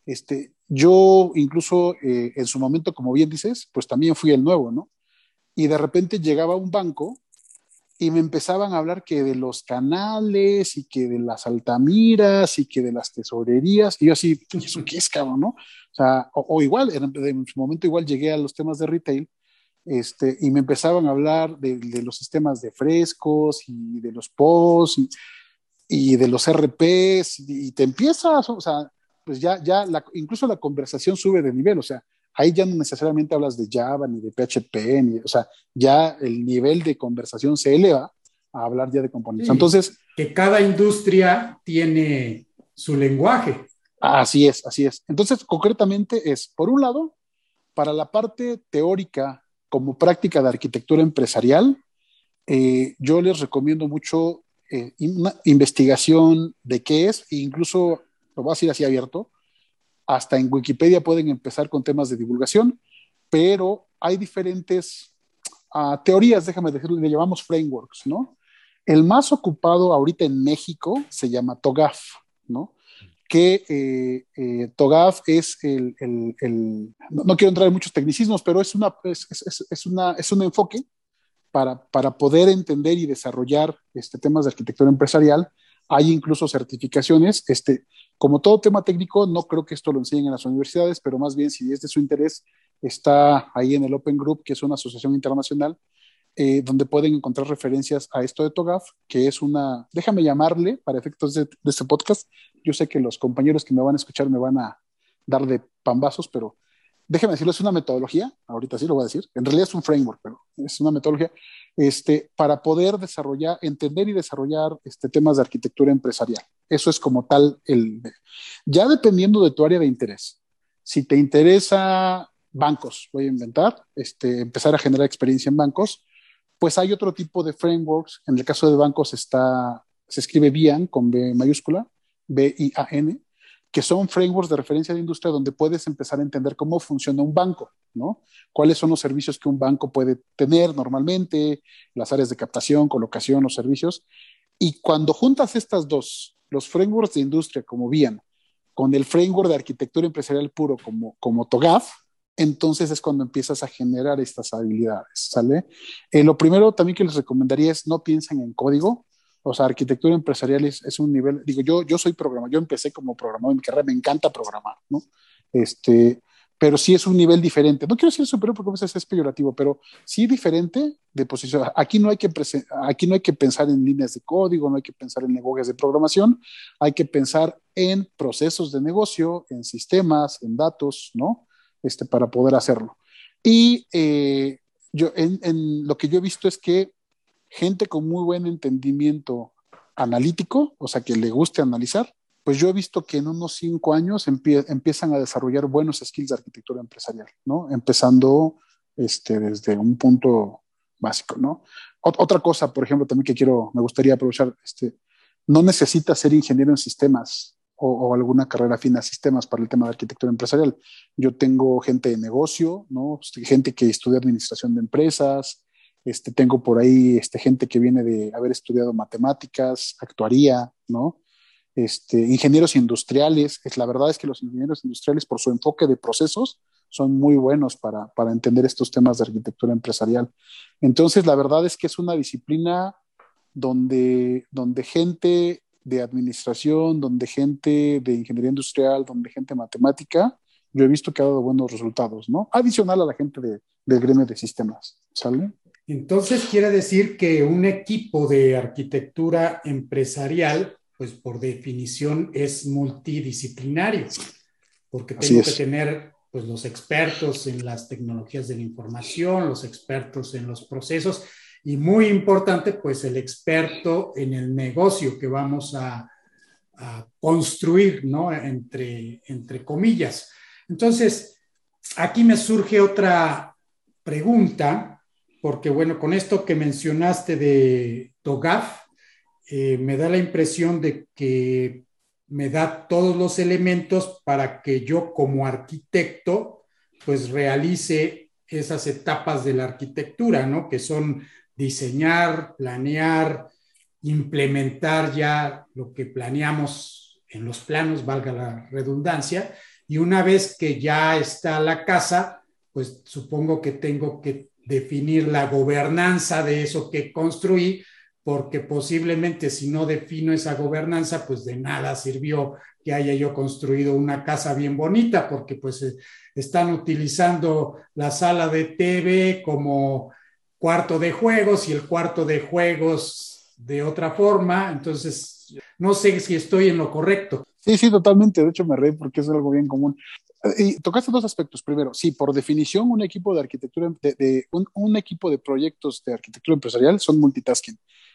Yo incluso en su momento, como bien dices, pues también fui el nuevo, ¿no? Y de repente llegaba a un banco y me empezaban a hablar que de los canales y que de las altamiras y que de las tesorerías. Y yo así, ¿y eso qué es, cabrón, no? O sea, o igual, en su momento igual llegué a los temas de retail, y me empezaban a hablar de los sistemas de frescos y de los POS y de los RPs y te empiezas, o sea, pues incluso la conversación sube de nivel, o sea, ahí ya no necesariamente hablas de Java ni de PHP, o sea, ya el nivel de conversación se eleva a hablar ya de componentes. Sí, Entonces, que cada industria tiene su lenguaje. así es, así es. Entonces, concretamente es, por un lado, para la parte teórica como práctica de arquitectura empresarial, yo les recomiendo mucho una investigación de qué es, e incluso lo voy a decir así abierto, hasta en Wikipedia pueden empezar con temas de divulgación, pero hay diferentes teorías, déjame decirlo, le llamamos frameworks, ¿no? El más ocupado ahorita en México se llama TOGAF, ¿no? Que TOGAF es no quiero entrar en muchos tecnicismos, pero es un enfoque para poder entender y desarrollar temas de arquitectura empresarial. Hay incluso certificaciones. Como todo tema técnico, no creo que esto lo enseñen en las universidades, pero más bien si es de su interés, está ahí en el Open Group, que es una asociación internacional, donde pueden encontrar referencias a esto de TOGAF, que es déjame llamarle, para efectos de este podcast, yo sé que los compañeros que me van a escuchar me van a dar de pambazos, pero déjeme decirlo, es una metodología, ahorita sí lo voy a decir, en realidad es un framework, pero es una metodología, para poder entender y desarrollar temas de arquitectura empresarial. Eso es como tal ya dependiendo de tu área de interés. Si te interesa bancos, voy a inventar, empezar a generar experiencia en bancos, pues hay otro tipo de frameworks. En el caso de bancos se escribe BIAN con B mayúscula, BIAN, que son frameworks de referencia de industria donde puedes empezar a entender cómo funciona un banco, ¿no? Cuáles son los servicios que un banco puede tener normalmente, las áreas de captación, colocación, los servicios. Y cuando juntas estas dos, los frameworks de industria como BIAN, con el framework de arquitectura empresarial puro como TOGAF, entonces es cuando empiezas a generar estas habilidades, ¿sale? Lo primero también que les recomendaría es no piensen en código. O sea, arquitectura empresarial es un nivel, digo, yo soy programador, yo empecé como programador en mi carrera, me encanta programar, ¿no? Pero sí es un nivel diferente. No quiero decir superior porque a veces es peyorativo, pero sí diferente de posición. Aquí no hay que pensar en líneas de código, no hay que pensar en lenguajes de programación, hay que pensar en procesos de negocio, en sistemas, en datos, ¿no? Para poder hacerlo. Y en lo que yo he visto es que gente con muy buen entendimiento analítico, o sea, que le guste analizar, pues yo he visto que en unos 5 años empiezan a desarrollar buenos skills de arquitectura empresarial, ¿no? Empezando desde un punto básico, ¿no? Otra cosa, por ejemplo, también que me gustaría aprovechar, no necesitas ser ingeniero en sistemas o alguna carrera afina a sistemas para el tema de arquitectura empresarial. Yo tengo gente de negocio, ¿no? Gente que estudia administración de empresas, tengo por ahí gente que viene de haber estudiado matemáticas, actuaría, ¿no? Ingenieros industriales. La verdad es que los ingenieros industriales, por su enfoque de procesos, son muy buenos para entender estos temas de arquitectura empresarial. Entonces, la verdad es que es una disciplina donde gente de administración, donde gente de ingeniería industrial, donde gente matemática, yo he visto que ha dado buenos resultados, ¿no? Adicional a la gente del gremio de sistemas, ¿sale? Entonces quiere decir que un equipo de arquitectura empresarial, pues por definición es multidisciplinario, porque Así tengo que es. tener pues los expertos en las tecnologías de la información, los expertos en los procesos y muy importante pues el experto en el negocio que vamos a construir, ¿no? Entre comillas. Entonces, aquí me surge otra pregunta, porque bueno, con esto que mencionaste de TOGAF, me da la impresión de que me da todos los elementos para que yo como arquitecto pues realice esas etapas de la arquitectura, ¿no? Que son diseñar, planear, implementar ya lo que planeamos en los planos, valga la redundancia, y una vez que ya está la casa, pues supongo que tengo que definir la gobernanza de eso que construí, porque posiblemente si no defino esa gobernanza, pues de nada sirvió que haya yo construido una casa bien bonita, porque pues están utilizando la sala de TV como cuarto de juegos y el cuarto de juegos de otra forma, entonces no sé si estoy en lo correcto. Sí, sí, totalmente. De hecho, me reí porque es algo bien común. Y tocaste dos aspectos. Primero, sí, por definición, un equipo de arquitectura, un equipo de proyectos de arquitectura empresarial son multitasking.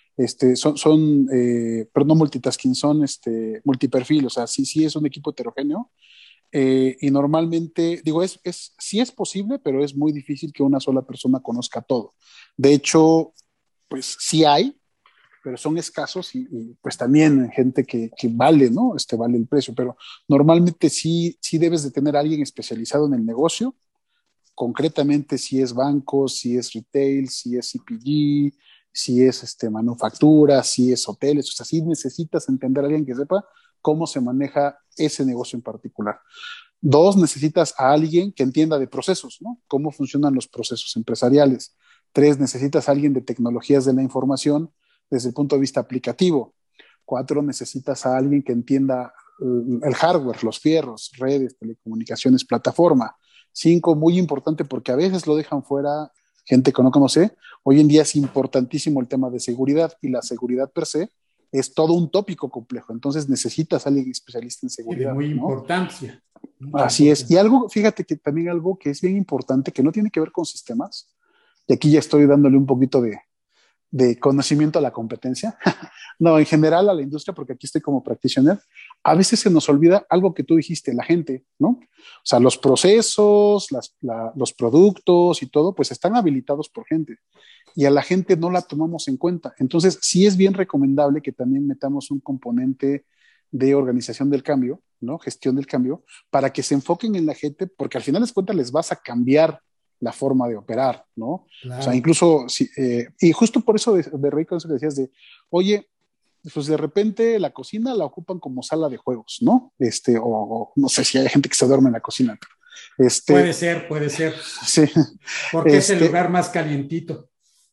Pero no multitasking, son multiperfil, o sea, sí, sí es un equipo heterogéneo. Y normalmente, digo, sí es posible, pero es muy difícil que una sola persona conozca todo. De hecho, pues sí hay, pero son escasos pues también gente que vale, ¿no? Vale el precio, pero normalmente sí, sí debes de tener a alguien especializado en el negocio, concretamente si es banco, si es retail, si es CPG, si es manufactura, si es hoteles, o sea, sí necesitas entender a alguien que sepa cómo se maneja ese negocio en particular. Dos, necesitas a alguien que entienda de procesos, ¿no? Cómo funcionan los procesos empresariales. Tres, necesitas a alguien de tecnologías de la información desde el punto de vista aplicativo. Cuatro, necesitas a alguien que entienda el hardware, los fierros, redes, telecomunicaciones, plataforma. Cinco, muy importante porque a veces lo dejan fuera gente que no conoce. Hoy en día es importantísimo el tema de seguridad y la seguridad per se es todo un tópico complejo. Entonces necesitas a alguien especialista en Y de seguridad, muy ¿no? importancia, mucha Así es. Y importancia. algo, fíjate que también algo que es bien importante, que no tiene que ver con sistemas, y aquí ya estoy dándole un poquito de conocimiento a la competencia, no, en general a la industria, porque aquí estoy como practitioner, a veces se nos olvida algo que tú dijiste, la gente, ¿no? O sea, los procesos, los productos y todo, pues están habilitados por gente y a la gente no la tomamos en cuenta. Entonces, sí es bien recomendable que también metamos un componente de organización del cambio, ¿no? Gestión del cambio, para que se enfoquen en la gente, porque al final de cuentas les vas a cambiar la forma de operar, ¿no? O sea, Claro. incluso, y justo por eso de Rey, con eso que decías de, oye, pues de repente la cocina la ocupan como sala de juegos, ¿no? O no sé si hay gente que se duerme en la cocina, pero Puede ser, sí, porque es el este, lugar más calientito.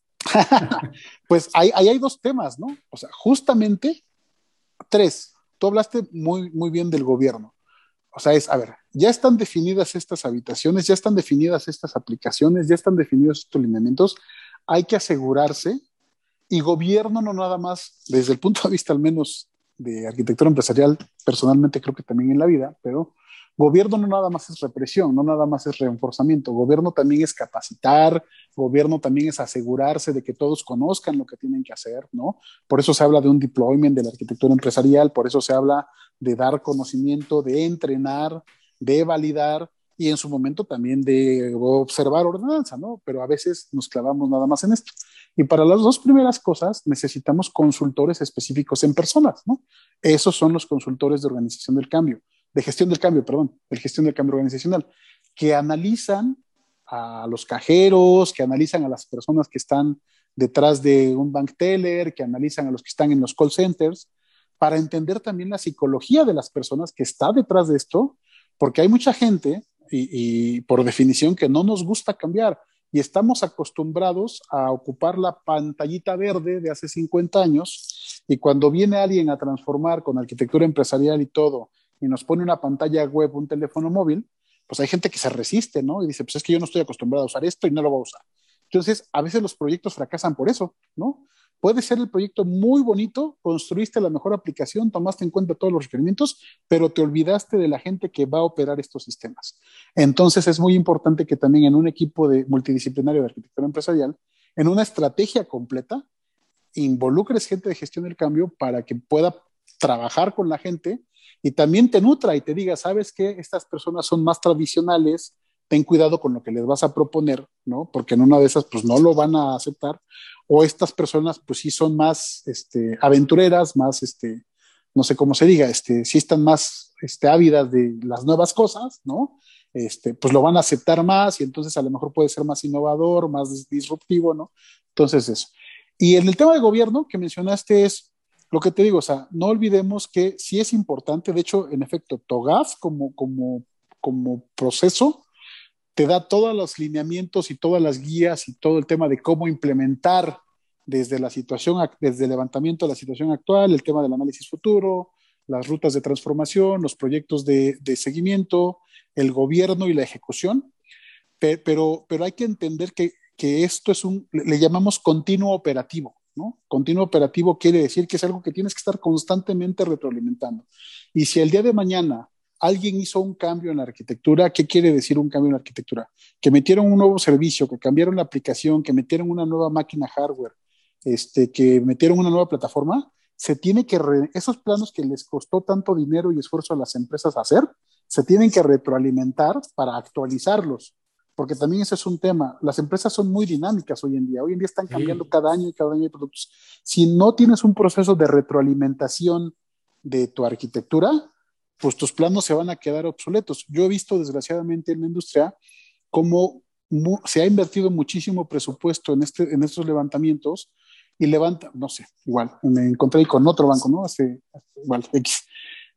pues ahí hay dos temas, ¿no? O sea, justamente tres. Tú hablaste muy, muy bien del gobierno. O sea, a ver, ya están definidas estas habitaciones, ya están definidas estas aplicaciones, ya están definidos estos lineamientos. Hay que asegurarse, y gobierno no nada más, desde el punto de vista al menos de arquitectura empresarial, personalmente creo que también en la vida, pero gobierno no nada más es represión, no nada más es reforzamiento, gobierno también es capacitar, gobierno también es asegurarse de que todos conozcan lo que tienen que hacer, ¿no? Por eso se habla de un deployment de la arquitectura empresarial, por eso se habla de dar conocimiento, de entrenar, de validar y en su momento también de observar ordenanza, ¿no? Pero a veces nos clavamos nada más en esto. Y para las dos primeras cosas necesitamos consultores específicos en personas, ¿no? Esos son los consultores de organización del cambio, de gestión del cambio, perdón, de gestión del cambio organizacional, que analizan a los cajeros, que analizan a las personas que están detrás de un bank teller, que analizan a los que están en los call centers, para entender también la psicología de las personas que está detrás de esto, porque hay mucha gente, y por definición, que no nos gusta cambiar y estamos acostumbrados a ocupar la pantallita verde de hace 50 años Y cuando viene alguien a transformar con arquitectura empresarial y todo, y nos pone una pantalla web, un teléfono móvil, pues hay gente que se resiste, ¿no? Y dice, pues es que yo no estoy acostumbrado a usar esto y no lo voy a usar. Entonces, a veces los proyectos fracasan por eso, ¿no? Puede ser el proyecto muy bonito, construiste la mejor aplicación, tomaste en cuenta todos los requerimientos, pero te olvidaste de la gente que va a operar estos sistemas. Entonces, es muy importante que también en un equipo multidisciplinario de arquitectura empresarial, en una estrategia completa, involucres gente de gestión del cambio para que pueda trabajar con la gente y también te nutra y te diga, sabes que estas personas son más tradicionales, ten cuidado con lo que les vas a proponer, ¿no? Porque en una de esas, pues no lo van a aceptar, o estas personas, pues sí son más aventureras, más, no sé cómo se diga, sí están más ávidas de las nuevas cosas, ¿no? Pues lo van a aceptar más y entonces a lo mejor puede ser más innovador, más disruptivo, ¿no? Entonces eso. Y en el tema de gobierno que mencionaste es lo que te digo, o sea, no olvidemos que sí es importante, de hecho, en efecto, TOGAF como proceso te da todos los lineamientos y todas las guías y todo el tema de cómo implementar desde la situación, desde el levantamiento de la situación actual, el tema del análisis futuro, las rutas de transformación, los proyectos de seguimiento, el gobierno y la ejecución, pero hay que entender que esto es le llamamos continuo operativo, ¿no? Continuo operativo quiere decir que es algo que tienes que estar constantemente retroalimentando. Y si el día de mañana alguien hizo un cambio en la arquitectura, ¿qué quiere decir un cambio en la arquitectura? Que metieron un nuevo servicio, que cambiaron la aplicación, que metieron una nueva máquina hardware, que metieron una nueva plataforma, se tiene que, esos planos que les costó tanto dinero y esfuerzo a las empresas hacer, se tienen que retroalimentar para actualizarlos, porque también ese es un tema. Las empresas son muy dinámicas hoy en día están cambiando Sí. cada año y cada año hay productos. Si no tienes un proceso de retroalimentación de tu arquitectura, pues tus planos se van a quedar obsoletos. Yo he visto desgraciadamente en la industria cómo se ha invertido muchísimo presupuesto en estos levantamientos y levanta, no sé, igual, me encontré con otro banco, ¿no? Igual, X.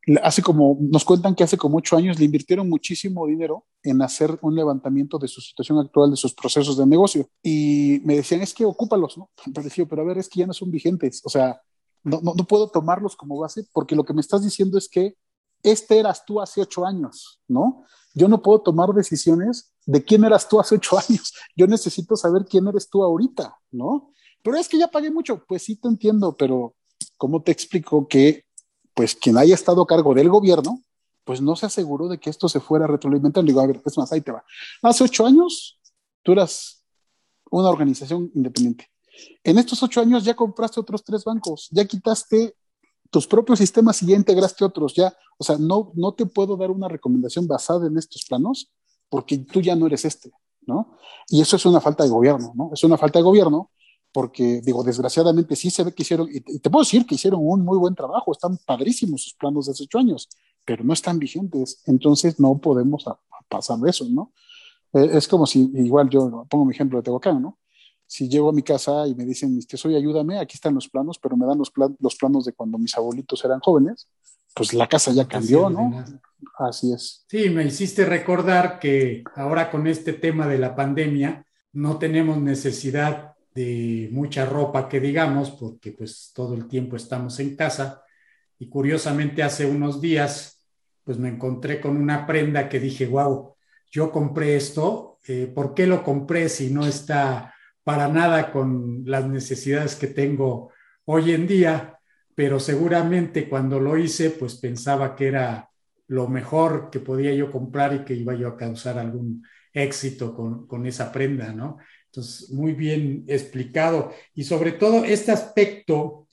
Nos cuentan que hace como 8 años le invirtieron muchísimo dinero en hacer un levantamiento de su situación actual, de sus procesos de negocio. Y me decían, es que ocúpalos, ¿no? Pero a ver, es que ya no son vigentes. O sea, no puedo tomarlos como base porque lo que me estás diciendo es que eras tú hace 8 años, ¿no? Yo no puedo tomar decisiones de quién eras tú hace 8 años. Yo necesito saber quién eres tú ahorita, ¿no? Pero es que ya pagué mucho. Pues sí te entiendo, pero ¿cómo te explico que pues quien haya estado a cargo del gobierno, pues no se aseguró de que esto se fuera retroalimentando? Digo, a ver, es más, ahí te va. Hace 8 años, tú eras una organización independiente. En estos 8 años ya compraste otros 3 bancos, ya quitaste tus propios sistemas y ya integraste otros, ya, o sea, no te puedo dar una recomendación basada en estos planos porque tú ya no eres ¿no? Y eso es una falta de gobierno, ¿no? Es una falta de gobierno porque, digo, desgraciadamente sí se ve que hicieron, y te puedo decir que hicieron un muy buen trabajo, están padrísimos sus planos de hace 8 años, pero no están vigentes, entonces no podemos pasar de eso, ¿no? Es como si, igual yo pongo mi ejemplo de Tehuacán, ¿no? Si llego a mi casa y me dicen, soy ayúdame, aquí están los planos, pero me dan los planos de cuando mis abuelitos eran jóvenes, pues la casa ya No te cambió, sirve de ¿no? nada. Así es. Sí, me hiciste recordar que ahora con este tema de la pandemia no tenemos necesidad de mucha ropa que digamos, porque pues todo el tiempo estamos en casa. Y curiosamente hace unos días pues me encontré con una prenda que dije, wow, yo compré esto, ¿por qué lo compré si no está para nada con las necesidades que tengo hoy en día? Pero seguramente cuando lo hice pues pensaba que era lo mejor que podía yo comprar y que iba yo a causar algún éxito con esa prenda, ¿no? Entonces, muy bien explicado. Y sobre todo este aspecto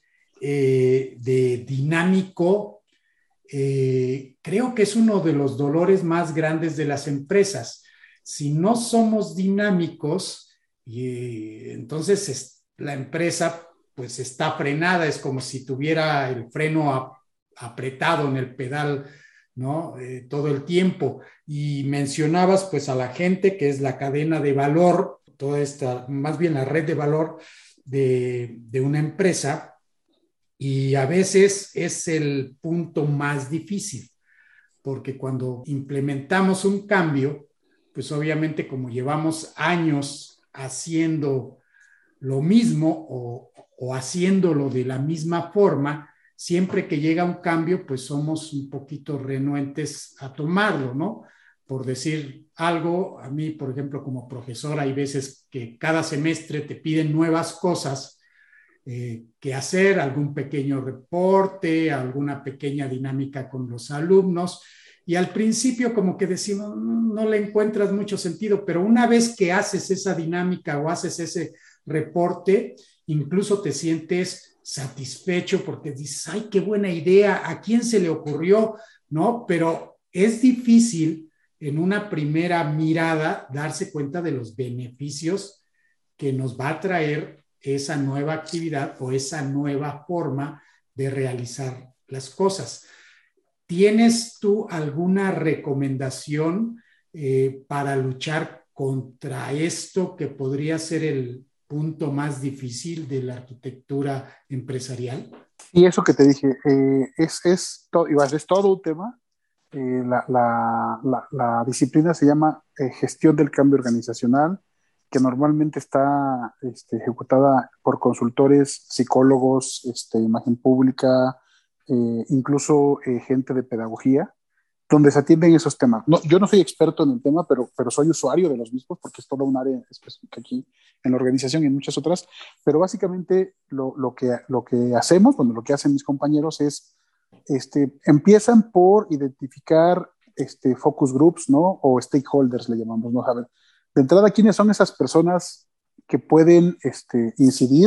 de dinámico, creo que es uno de los dolores más grandes de las empresas. Si no somos dinámicos, entonces la empresa pues está frenada, es como si tuviera el freno apretado en el pedal, ¿no? Todo el tiempo. Y mencionabas pues a la gente que es la cadena de valor, toda esta, más bien la red de valor de una empresa, y a veces es el punto más difícil, porque cuando implementamos un cambio, pues obviamente como llevamos años haciendo lo mismo o haciéndolo de la misma forma, siempre que llega un cambio, pues somos un poquito renuentes a tomarlo, ¿no? Por decir algo, a mí, por ejemplo, como profesor, hay veces que cada semestre te piden nuevas cosas que hacer, algún pequeño reporte, alguna pequeña dinámica con los alumnos. Y al principio como que decimos, no le encuentras mucho sentido, pero una vez que haces esa dinámica o haces ese reporte, incluso te sientes satisfecho porque dices, ay, qué buena idea, ¿a quién se le ocurrió? ¿No? Pero es difícil en una primera mirada darse cuenta de los beneficios que nos va a traer esa nueva actividad o esa nueva forma de realizar las cosas. ¿Tienes tú alguna recomendación para luchar contra esto que podría ser el punto más difícil de la arquitectura empresarial? Y eso que te dije, es todo un tema. La disciplina se llama gestión del cambio organizacional, que normalmente está ejecutada por consultores, psicólogos, imagen pública, incluso gente de pedagogía, donde se atienden esos temas. No, yo no soy experto en el tema, pero soy usuario de los mismos porque es toda un área específica aquí en la organización y en muchas otras. Pero básicamente lo que hacemos, bueno, lo que hacen mis compañeros es, empiezan por identificar focus groups, ¿no? O stakeholders le llamamos, ¿no? A ver, de entrada, ¿quiénes son esas personas que pueden incidir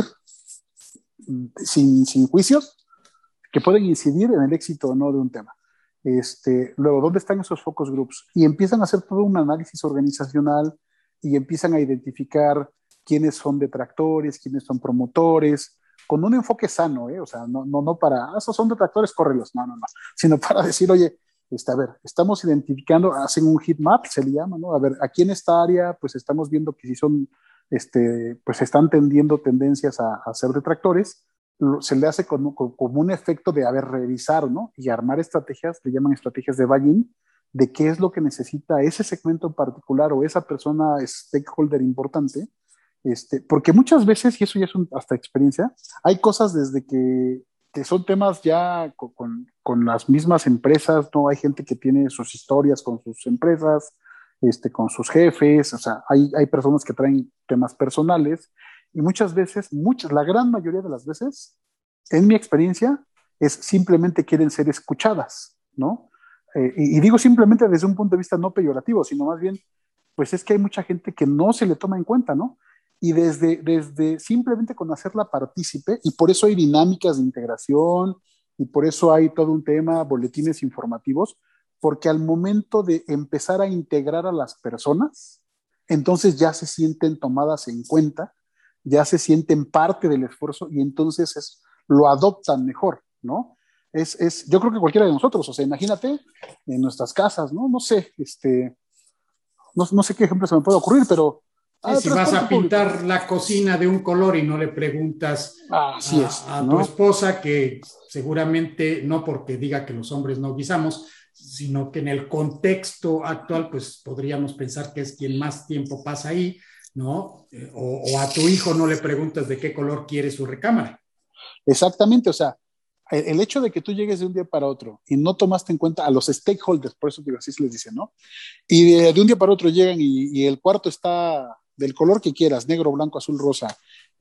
sin juicios, que pueden incidir en el éxito o no de un tema? Luego, ¿dónde están esos focus groups? Y empiezan a hacer todo un análisis organizacional y empiezan a identificar quiénes son detractores, quiénes son promotores, con un enfoque sano, ¿eh? O sea, no para, esos son detractores, córrelos, no, sino para decir, oye, a ver, estamos identificando, hacen un heat map, se le llama, ¿no? A ver, aquí en esta área, pues estamos viendo que si son, pues están tendiendo tendencias a ser detractores, se le hace como un efecto de, haber revisar, ¿no? Y armar estrategias, le llaman estrategias de buy-in, de qué es lo que necesita ese segmento en particular o esa persona stakeholder importante, porque muchas veces, y eso ya es hasta experiencia, hay cosas desde que son temas ya con las mismas empresas, ¿no? Hay gente que tiene sus historias con sus empresas, con sus jefes, o sea, hay personas que traen temas personales y muchas veces, la gran mayoría de las veces, en mi experiencia, es simplemente quieren ser escuchadas, ¿no? Y digo simplemente desde un punto de vista no peyorativo, sino más bien, pues es que hay mucha gente que no se le toma en cuenta, ¿no? Y desde simplemente con hacerla partícipe, y por eso hay dinámicas de integración, y por eso hay todo un tema, boletines informativos, porque al momento de empezar a integrar a las personas, entonces ya se sienten tomadas en cuenta, ya se sienten parte del esfuerzo y entonces lo adoptan mejor, ¿no? Yo creo que cualquiera de nosotros, o sea, imagínate en nuestras casas, ¿no? No sé, no sé qué ejemplo se me puede ocurrir, pero Sí, si vas transporte a público, ¿no? pintar la cocina de un color y no le preguntas Así es, a tu ¿no? esposa, que seguramente no porque diga que los hombres no guisamos, sino que en el contexto actual, pues podríamos pensar que es quien más tiempo pasa ahí, ¿no? O a tu hijo no le preguntas de qué color quiere su recámara. Exactamente, o sea, el hecho de que tú llegues de un día para otro y no tomaste en cuenta a los stakeholders, por eso digo, así se les dice, ¿no? Y de un día para otro llegan y el cuarto está del color que quieras, negro, blanco, azul, rosa,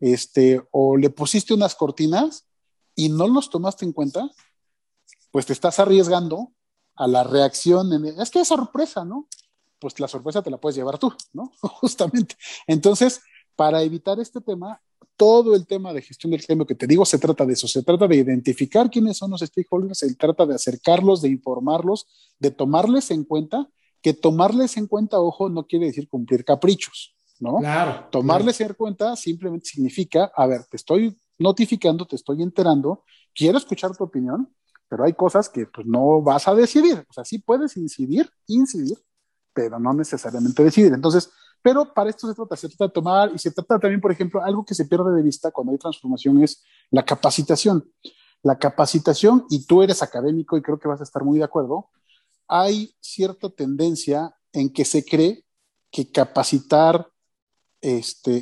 o le pusiste unas cortinas y no los tomaste en cuenta, pues te estás arriesgando a la reacción. Es que es sorpresa, ¿no? Pues la sorpresa te la puedes llevar tú, ¿no? Justamente. Entonces, para evitar este tema, todo el tema de gestión del cambio que te digo se trata de eso, se trata de identificar quiénes son los stakeholders, se trata de acercarlos, de informarlos, de tomarles en cuenta, que tomarles en cuenta, ojo, no quiere decir cumplir caprichos, ¿no? Claro, Tomarles claro. en cuenta simplemente significa, a ver, te estoy notificando, te estoy enterando, quiero escuchar tu opinión, pero hay cosas que pues no vas a decidir, o sea, sí puedes incidir, pero no necesariamente decidir. Entonces, pero para esto se trata de tomar y se trata también, por ejemplo, algo que se pierde de vista cuando hay transformación es la capacitación. La capacitación, y tú eres académico y creo que vas a estar muy de acuerdo, hay cierta tendencia en que se cree que capacitar este,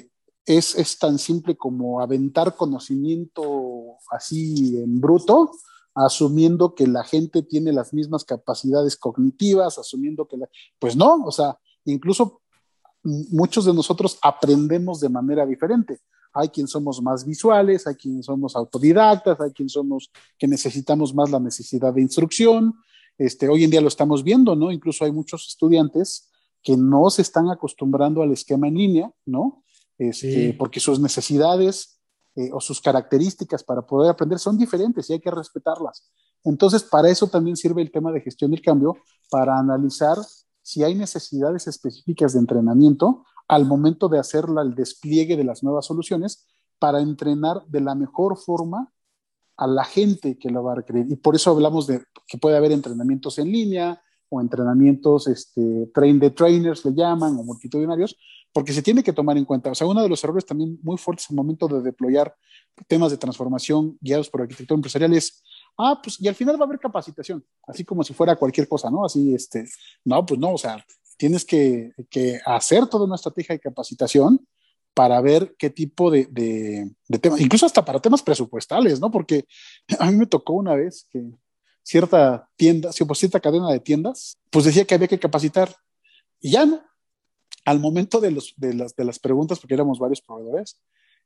es tan simple como aventar conocimiento así en bruto, asumiendo que la gente tiene las mismas capacidades cognitivas, asumiendo que pues no, o sea, incluso muchos de nosotros aprendemos de manera diferente. Hay quien somos más visuales, hay quien somos autodidactas, hay quien somos que necesitamos más la necesidad de instrucción. Hoy en día lo estamos viendo, ¿no? Incluso hay muchos estudiantes que no se están acostumbrando al esquema en línea, ¿no? Sí, Porque sus necesidades o sus características para poder aprender son diferentes y hay que respetarlas. Entonces, para eso también sirve el tema de gestión del cambio, para analizar si hay necesidades específicas de entrenamiento al momento de hacer el despliegue de las nuevas soluciones para entrenar de la mejor forma a la gente que lo va a requerir. Y por eso hablamos de que puede haber entrenamientos en línea o entrenamientos train the trainers, le llaman, o multitudinarios, porque se tiene que tomar en cuenta. O sea, uno de los errores también muy fuertes al momento de deployar temas de transformación guiados por arquitectura empresarial es, pues, y al final va a haber capacitación, así como si fuera cualquier cosa, ¿no? Así, no, pues no, o sea, tienes que hacer toda una estrategia de capacitación para ver qué tipo de temas, incluso hasta para temas presupuestales, ¿no? Porque a mí me tocó una vez que cierta tienda, sí, pues cierta cadena de tiendas, pues decía que había que capacitar y ya no. Al momento de las preguntas, porque éramos varios proveedores,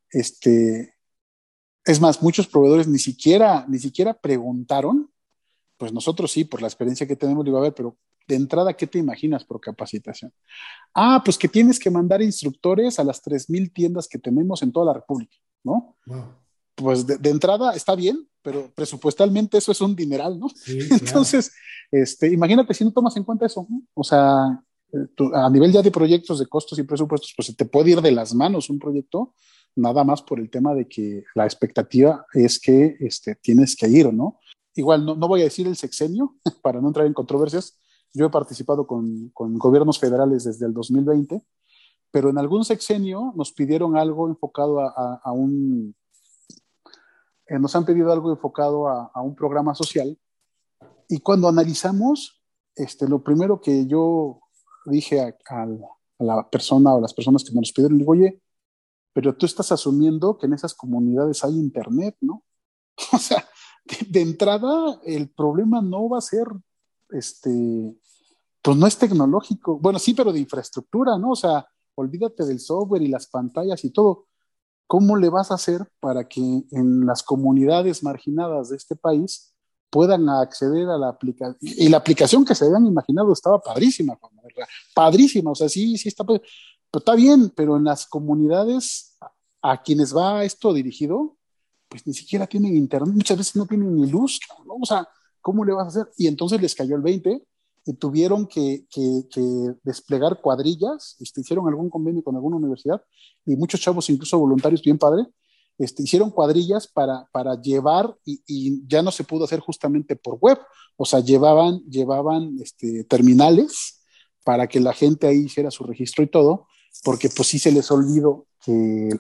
es más, muchos proveedores ni siquiera preguntaron, pues nosotros sí, por la experiencia que tenemos, digo, a ver, pero de entrada, ¿qué te imaginas por capacitación? Pues que tienes que mandar instructores a las 3,000 tiendas que tenemos en toda la República, ¿no? wow. Pues de entrada está bien, pero presupuestalmente eso es un dineral, ¿no? Sí, claro. Entonces, imagínate si no tomas en cuenta eso, ¿no? O sea, a nivel ya de proyectos, de costos y presupuestos, pues se te puede ir de las manos un proyecto, nada más por el tema de que la expectativa es que tienes que ir, ¿no? Igual, no voy a decir el sexenio para no entrar en controversias. Yo he participado con gobiernos federales desde el 2020, pero en algún sexenio nos pidieron algo enfocado nos han pedido algo enfocado a un programa social. Y cuando analizamos, lo primero que yo dije a la persona o las personas que me los pidieron, digo, oye, pero tú estás asumiendo que en esas comunidades hay internet, ¿no? O sea, de entrada, el problema no va a ser, pues no es tecnológico. Bueno, sí, pero de infraestructura, ¿no? O sea, olvídate del software y las pantallas y todo. ¿Cómo le vas a hacer para que en las comunidades marginadas de este país puedan acceder a la aplicación? Y la aplicación que se habían imaginado estaba padrísima, padrísima, o sea, sí, sí está, pero está bien, pero en las comunidades a quienes va esto dirigido, pues ni siquiera tienen internet, muchas veces no tienen ni luz, ¿no? O sea, ¿cómo le vas a hacer? Y entonces les cayó el 20 y tuvieron que desplegar cuadrillas, hicieron algún convenio con alguna universidad y muchos chavos, incluso voluntarios, bien padre, hicieron cuadrillas para llevar y ya no se pudo hacer justamente por web, o sea, llevaban terminales para que la gente ahí hiciera su registro y todo, porque pues sí se les olvidó que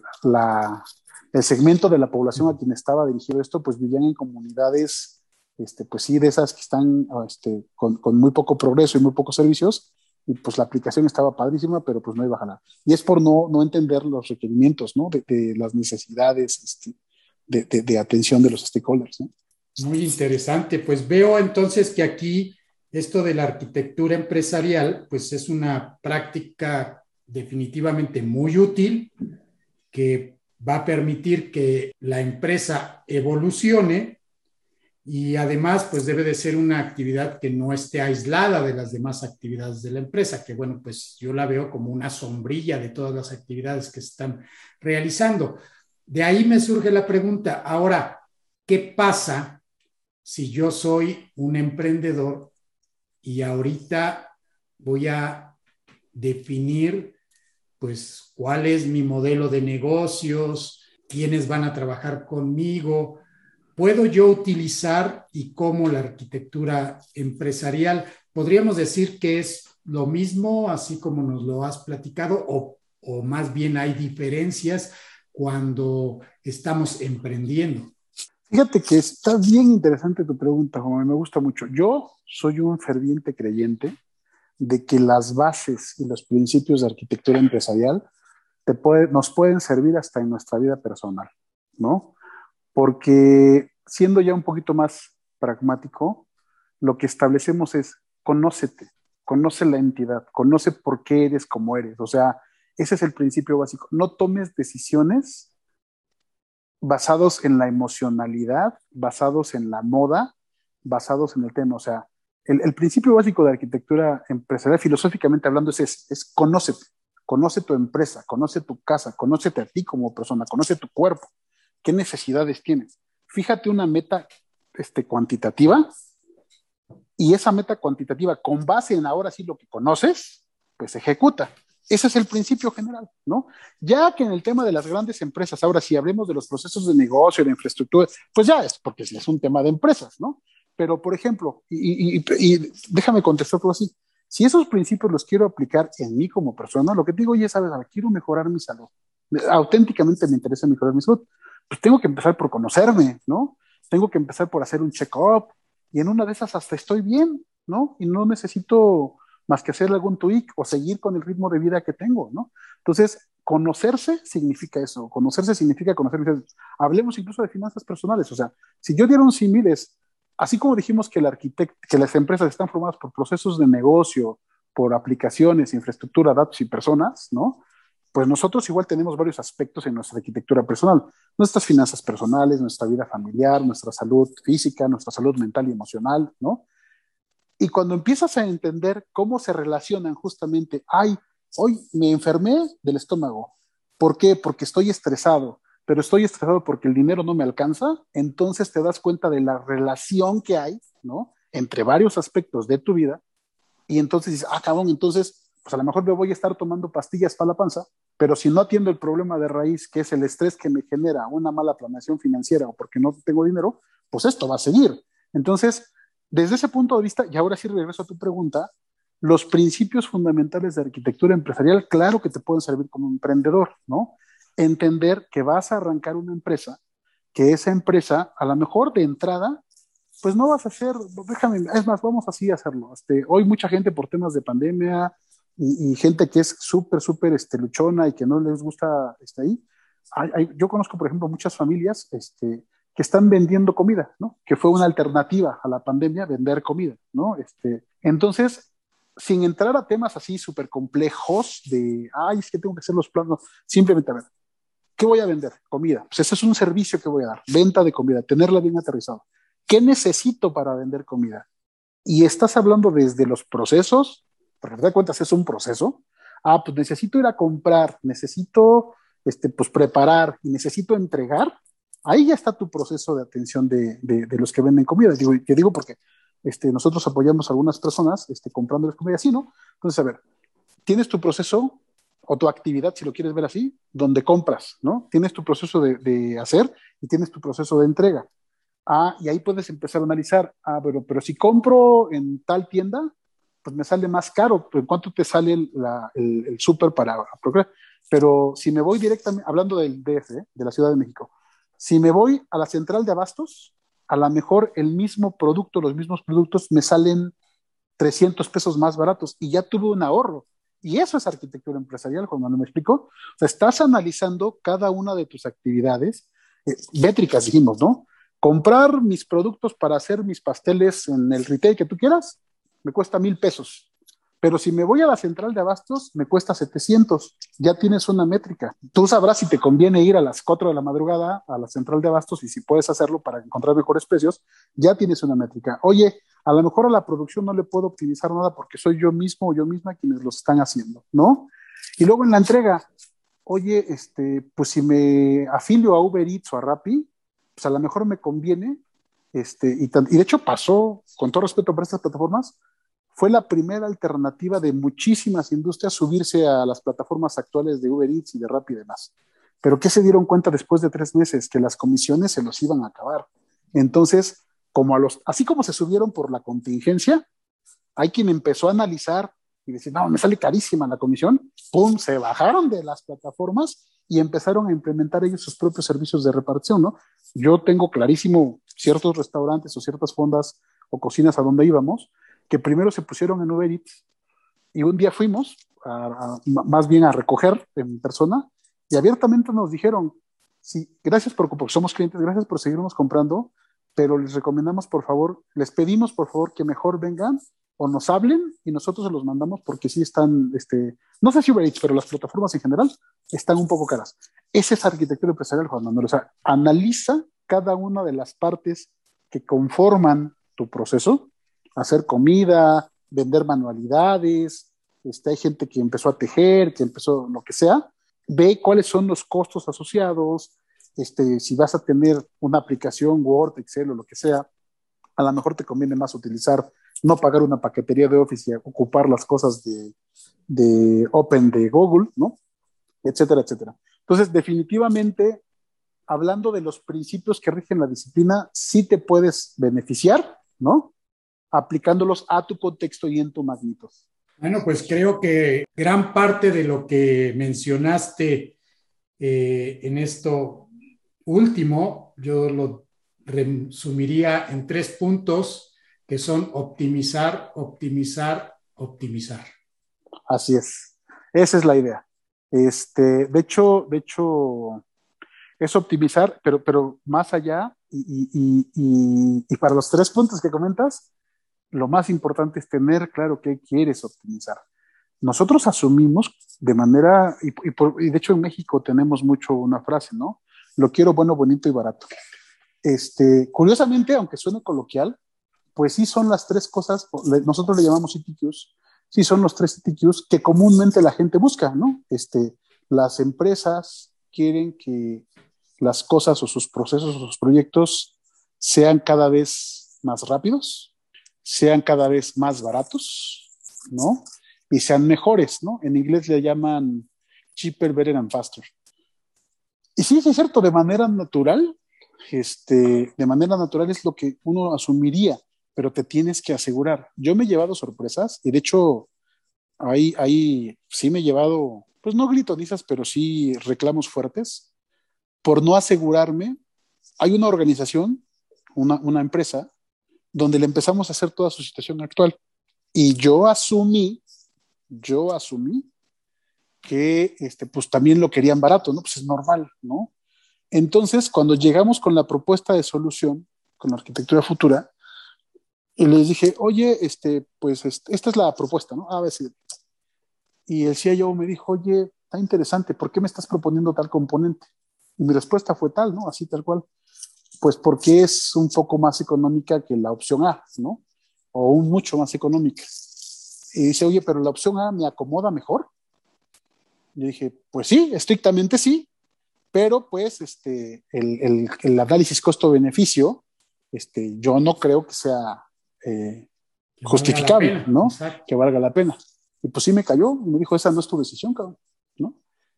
el segmento de la población a quien estaba dirigido esto, pues vivían en comunidades, pues sí, de esas que están con muy poco progreso y muy pocos servicios, y pues la aplicación estaba padrísima, pero pues no iba a jalar. Y es por no entender los requerimientos, ¿no? De las necesidades de atención de los stakeholders, ¿no? Muy interesante. Pues veo entonces que aquí esto de la arquitectura empresarial, pues es una práctica definitivamente muy útil que va a permitir que la empresa evolucione y además pues debe de ser una actividad que no esté aislada de las demás actividades de la empresa, que bueno, pues yo la veo como una sombrilla de todas las actividades que se están realizando. De ahí me surge la pregunta, ahora, ¿qué pasa si yo soy un emprendedor y ahorita voy a definir pues cuál es mi modelo de negocios, quiénes van a trabajar conmigo? ¿Puedo yo utilizar y cómo la arquitectura empresarial? ¿Podríamos decir que es lo mismo, así como nos lo has platicado, o más bien hay diferencias cuando estamos emprendiendo? Fíjate que está bien interesante tu pregunta, Juan, me gusta mucho. Yo soy un ferviente creyente de que las bases y los principios de arquitectura empresarial nos pueden servir hasta en nuestra vida personal, ¿no? Porque siendo ya un poquito más pragmático, lo que establecemos es conócete, conoce la entidad, conoce por qué eres como eres. O sea, ese es el principio básico. No tomes decisiones basados en la emocionalidad, basados en la moda, basados en el tema. O sea, el principio básico de arquitectura empresarial, filosóficamente hablando, es conócete, conoce tu empresa, conoce tu casa, conócete a ti como persona, conoce tu cuerpo, qué necesidades tienes. Fíjate una meta cuantitativa y esa meta cuantitativa, con base en ahora sí lo que conoces, pues ejecuta. Ese es el principio general, ¿no? Ya que en el tema de las grandes empresas, ahora si hablemos de los procesos de negocio, de infraestructura, pues ya es, porque es un tema de empresas, ¿no? Pero, por ejemplo, y déjame contestarlo así, si esos principios los quiero aplicar en mí como persona, lo que digo, ya sabes, quiero mejorar mi salud, auténticamente me interesa mejorar mi salud, pues tengo que empezar por conocerme, ¿no? Tengo que empezar por hacer un check-up, y en una de esas hasta estoy bien, ¿no? Y no necesito más que hacer algún tweak o seguir con el ritmo de vida que tengo, ¿no? Entonces, conocerse significa eso, conocerse significa conocer. Hablemos incluso de finanzas personales, o sea, si yo diera un símil es, así como dijimos que que las empresas están formadas por procesos de negocio, por aplicaciones, infraestructura, datos y personas, ¿no? Pues nosotros igual tenemos varios aspectos en nuestra arquitectura personal, nuestras finanzas personales, nuestra vida familiar, nuestra salud física, nuestra salud mental y emocional, ¿no? Y cuando empiezas a entender cómo se relacionan justamente, ay, hoy me enfermé del estómago. ¿Por qué? Porque estoy estresado, pero estoy estresado porque el dinero no me alcanza, entonces te das cuenta de la relación que hay, ¿no? Entre varios aspectos de tu vida, y entonces dices, cabrón, entonces, pues a lo mejor me voy a estar tomando pastillas para la panza, pero si no atiendo el problema de raíz, que es el estrés que me genera una mala planeación financiera o porque no tengo dinero, pues esto va a seguir. Entonces, desde ese punto de vista, y ahora sí regreso a tu pregunta, los principios fundamentales de arquitectura empresarial, claro que te pueden servir como emprendedor, ¿no? Entender que vas a arrancar una empresa, que esa empresa, a lo mejor de entrada, pues no vas a hacer, déjame, es más, vamos así a hacerlo. Hoy mucha gente por temas de pandemia y gente que es súper, súper luchona y que no les gusta ahí. Yo conozco, por ejemplo, muchas familias que están vendiendo comida, ¿no? Que fue una alternativa a la pandemia, vender comida, ¿no? Entonces, sin entrar a temas así súper complejos de, es que tengo que hacer los planos, simplemente a ver, ¿qué voy a vender? Comida. Pues ese es un servicio que voy a dar, venta de comida, tenerla bien aterrizada. ¿Qué necesito para vender comida? Y estás hablando desde los procesos, porque te das cuenta, es un proceso. Pues necesito ir a comprar, necesito pues preparar y necesito entregar. Ahí ya está tu proceso de atención de los que venden comida. Te digo porque nosotros apoyamos a algunas personas comprándoles comida así, ¿no? Entonces, a ver, tienes tu proceso o tu actividad, si lo quieres ver así, donde compras, ¿no? Tienes tu proceso de hacer y tienes tu proceso de entrega. Y ahí puedes empezar a analizar, pero si compro en tal tienda, pues me sale más caro. ¿En cuánto te sale el súper para procurar? Pero si me voy directamente, hablando del DF, de la Ciudad de México, si me voy a la central de abastos, a lo mejor el mismo producto, los mismos productos me salen 300 pesos más baratos y ya tuve un ahorro. Y eso es arquitectura empresarial, cuando me explico. O sea, estás analizando cada una de tus actividades, métricas dijimos, ¿no? Comprar mis productos para hacer mis pasteles en el retail que tú quieras, me cuesta 1,000 pesos. Pero si me voy a la central de abastos, me cuesta 700. Ya tienes una métrica. Tú sabrás si te conviene ir a las 4 de la madrugada a la central de abastos y si puedes hacerlo para encontrar mejores precios, ya tienes una métrica. Oye, a lo mejor a la producción no le puedo optimizar nada porque soy yo mismo o yo misma quienes lo están haciendo, ¿no? Y luego en la entrega, oye, pues si me afilio a Uber Eats o a Rappi, pues a lo mejor me conviene, y de hecho pasó, con todo respeto para estas plataformas, fue la primera alternativa de muchísimas industrias subirse a las plataformas actuales de Uber Eats y de Rappi y demás. Pero ¿qué se dieron cuenta después de 3 meses? Que las comisiones se los iban a acabar. Entonces, así como se subieron por la contingencia, hay quien empezó a analizar y decir, no, me sale carísima la comisión, pum, se bajaron de las plataformas y empezaron a implementar ellos sus propios servicios de repartición, ¿no? Yo tengo clarísimo ciertos restaurantes o ciertas fondas o cocinas a donde íbamos, que primero se pusieron en Uber Eats y un día fuimos más bien a recoger en persona y abiertamente nos dijeron, sí, gracias porque somos clientes, gracias por seguirnos comprando, pero les recomendamos, por favor, les pedimos, por favor, que mejor vengan o nos hablen y nosotros se los mandamos porque sí están, no sé si Uber Eats, pero las plataformas en general están un poco caras. Esa es arquitectura empresarial, Juan Manuel. O sea, analiza cada una de las partes que conforman tu proceso, hacer comida, vender manualidades, hay gente que empezó a tejer, que empezó lo que sea, ve cuáles son los costos asociados, si vas a tener una aplicación Word, Excel o lo que sea, a lo mejor te conviene más utilizar, no pagar una paquetería de Office y ocupar las cosas de Open de Google, ¿no? Etcétera, etcétera. Entonces, definitivamente, hablando de los principios que rigen la disciplina, sí te puedes beneficiar, ¿no? Aplicándolos a tu contexto y en tu magnitud. Bueno, pues creo que gran parte de lo que mencionaste en esto último, yo lo resumiría en 3 puntos que son optimizar, optimizar, optimizar. Así es. Esa es la idea. De hecho, es optimizar, pero más allá, y para los 3 puntos que comentas, lo más importante es tener claro qué quieres optimizar. Nosotros asumimos de manera, y de hecho en México tenemos mucho una frase, ¿no? Lo quiero bueno, bonito y barato. Curiosamente, aunque suene coloquial, pues sí son las 3 cosas, nosotros le llamamos CTQs, sí son los 3 CTQs que comúnmente la gente busca, ¿no? Las empresas quieren que las cosas o sus procesos o sus proyectos sean cada vez más rápidos, sean cada vez más baratos, ¿no? Y sean mejores, ¿no? En inglés le llaman cheaper, better and faster. Y sí, es cierto, de manera natural, de manera natural es lo que uno asumiría, pero te tienes que asegurar. Yo me he llevado sorpresas y de hecho ahí sí me he llevado, pues no gritonizas, pero sí reclamos fuertes por no asegurarme. Hay una organización, una empresa, donde le empezamos a hacer toda su situación actual. Y yo asumí que pues también lo querían barato, ¿no? Pues es normal, ¿no? Entonces, cuando llegamos con la propuesta de solución, con la arquitectura futura, y les dije, oye, pues esta es la propuesta, ¿no? A ver si. Y el CIO me dijo, oye, está interesante, ¿por qué me estás proponiendo tal componente? Y mi respuesta fue tal, ¿no? Así tal cual. Pues porque es un poco más económica que la opción A, ¿no? O mucho más económica. Y dice, oye, pero la opción A me acomoda mejor. Yo dije, pues sí, estrictamente sí, pero pues el análisis costo-beneficio, yo no creo que sea justificable, ¿no? Exacto. Que valga la pena. Y pues sí me cayó y me dijo, esa no es tu decisión, cabrón, ¿no?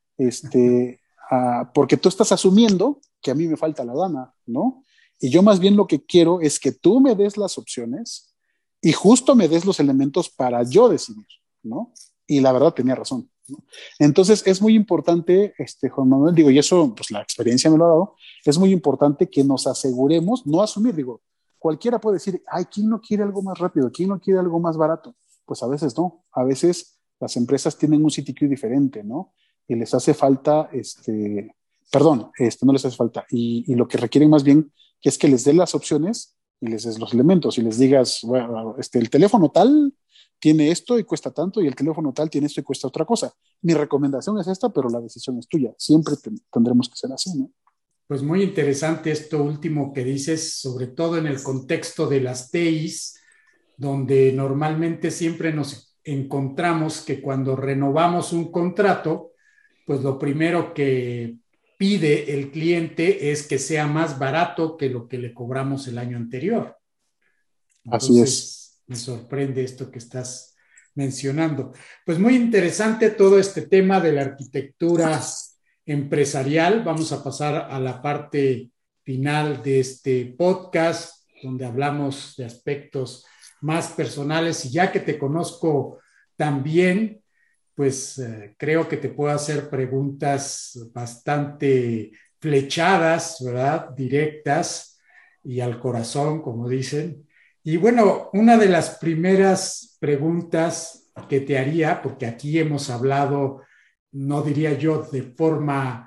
Porque tú estás asumiendo que a mí me falta la lana, ¿no? Y yo más bien lo que quiero es que tú me des las opciones y justo me des los elementos para yo decidir, ¿no? Y la verdad tenía razón, ¿no? Entonces es muy importante, Juan Manuel, digo, y eso pues la experiencia me lo ha dado, es muy importante que nos aseguremos, no asumir, digo, cualquiera puede decir, ay, ¿quién no quiere algo más rápido? ¿Quién no quiere algo más barato? Pues a veces no, a veces las empresas tienen un CTQ diferente, ¿no? Y les hace falta, no les hace falta, y lo que requieren más bien que es que les den las opciones y les des los elementos y les digas, bueno, el teléfono tal tiene esto y cuesta tanto y el teléfono tal tiene esto y cuesta otra cosa. Mi recomendación es esta, pero la decisión es tuya. Siempre tendremos que ser así, ¿no? Pues muy interesante esto último que dices, sobre todo en el contexto de las TIs, donde normalmente siempre nos encontramos que cuando renovamos un contrato, pues lo primero que pide el cliente es que sea más barato que lo que le cobramos el año anterior. Entonces, así es. Me sorprende esto que estás mencionando. Pues muy interesante todo este tema de la arquitectura empresarial. Vamos a pasar a la parte final de este podcast, donde hablamos de aspectos más personales. Y ya que te conozco también, pues creo que te puedo hacer preguntas bastante flechadas, ¿verdad? Directas y al corazón, como dicen. Y bueno, una de las primeras preguntas que te haría, porque aquí hemos hablado no diría yo de forma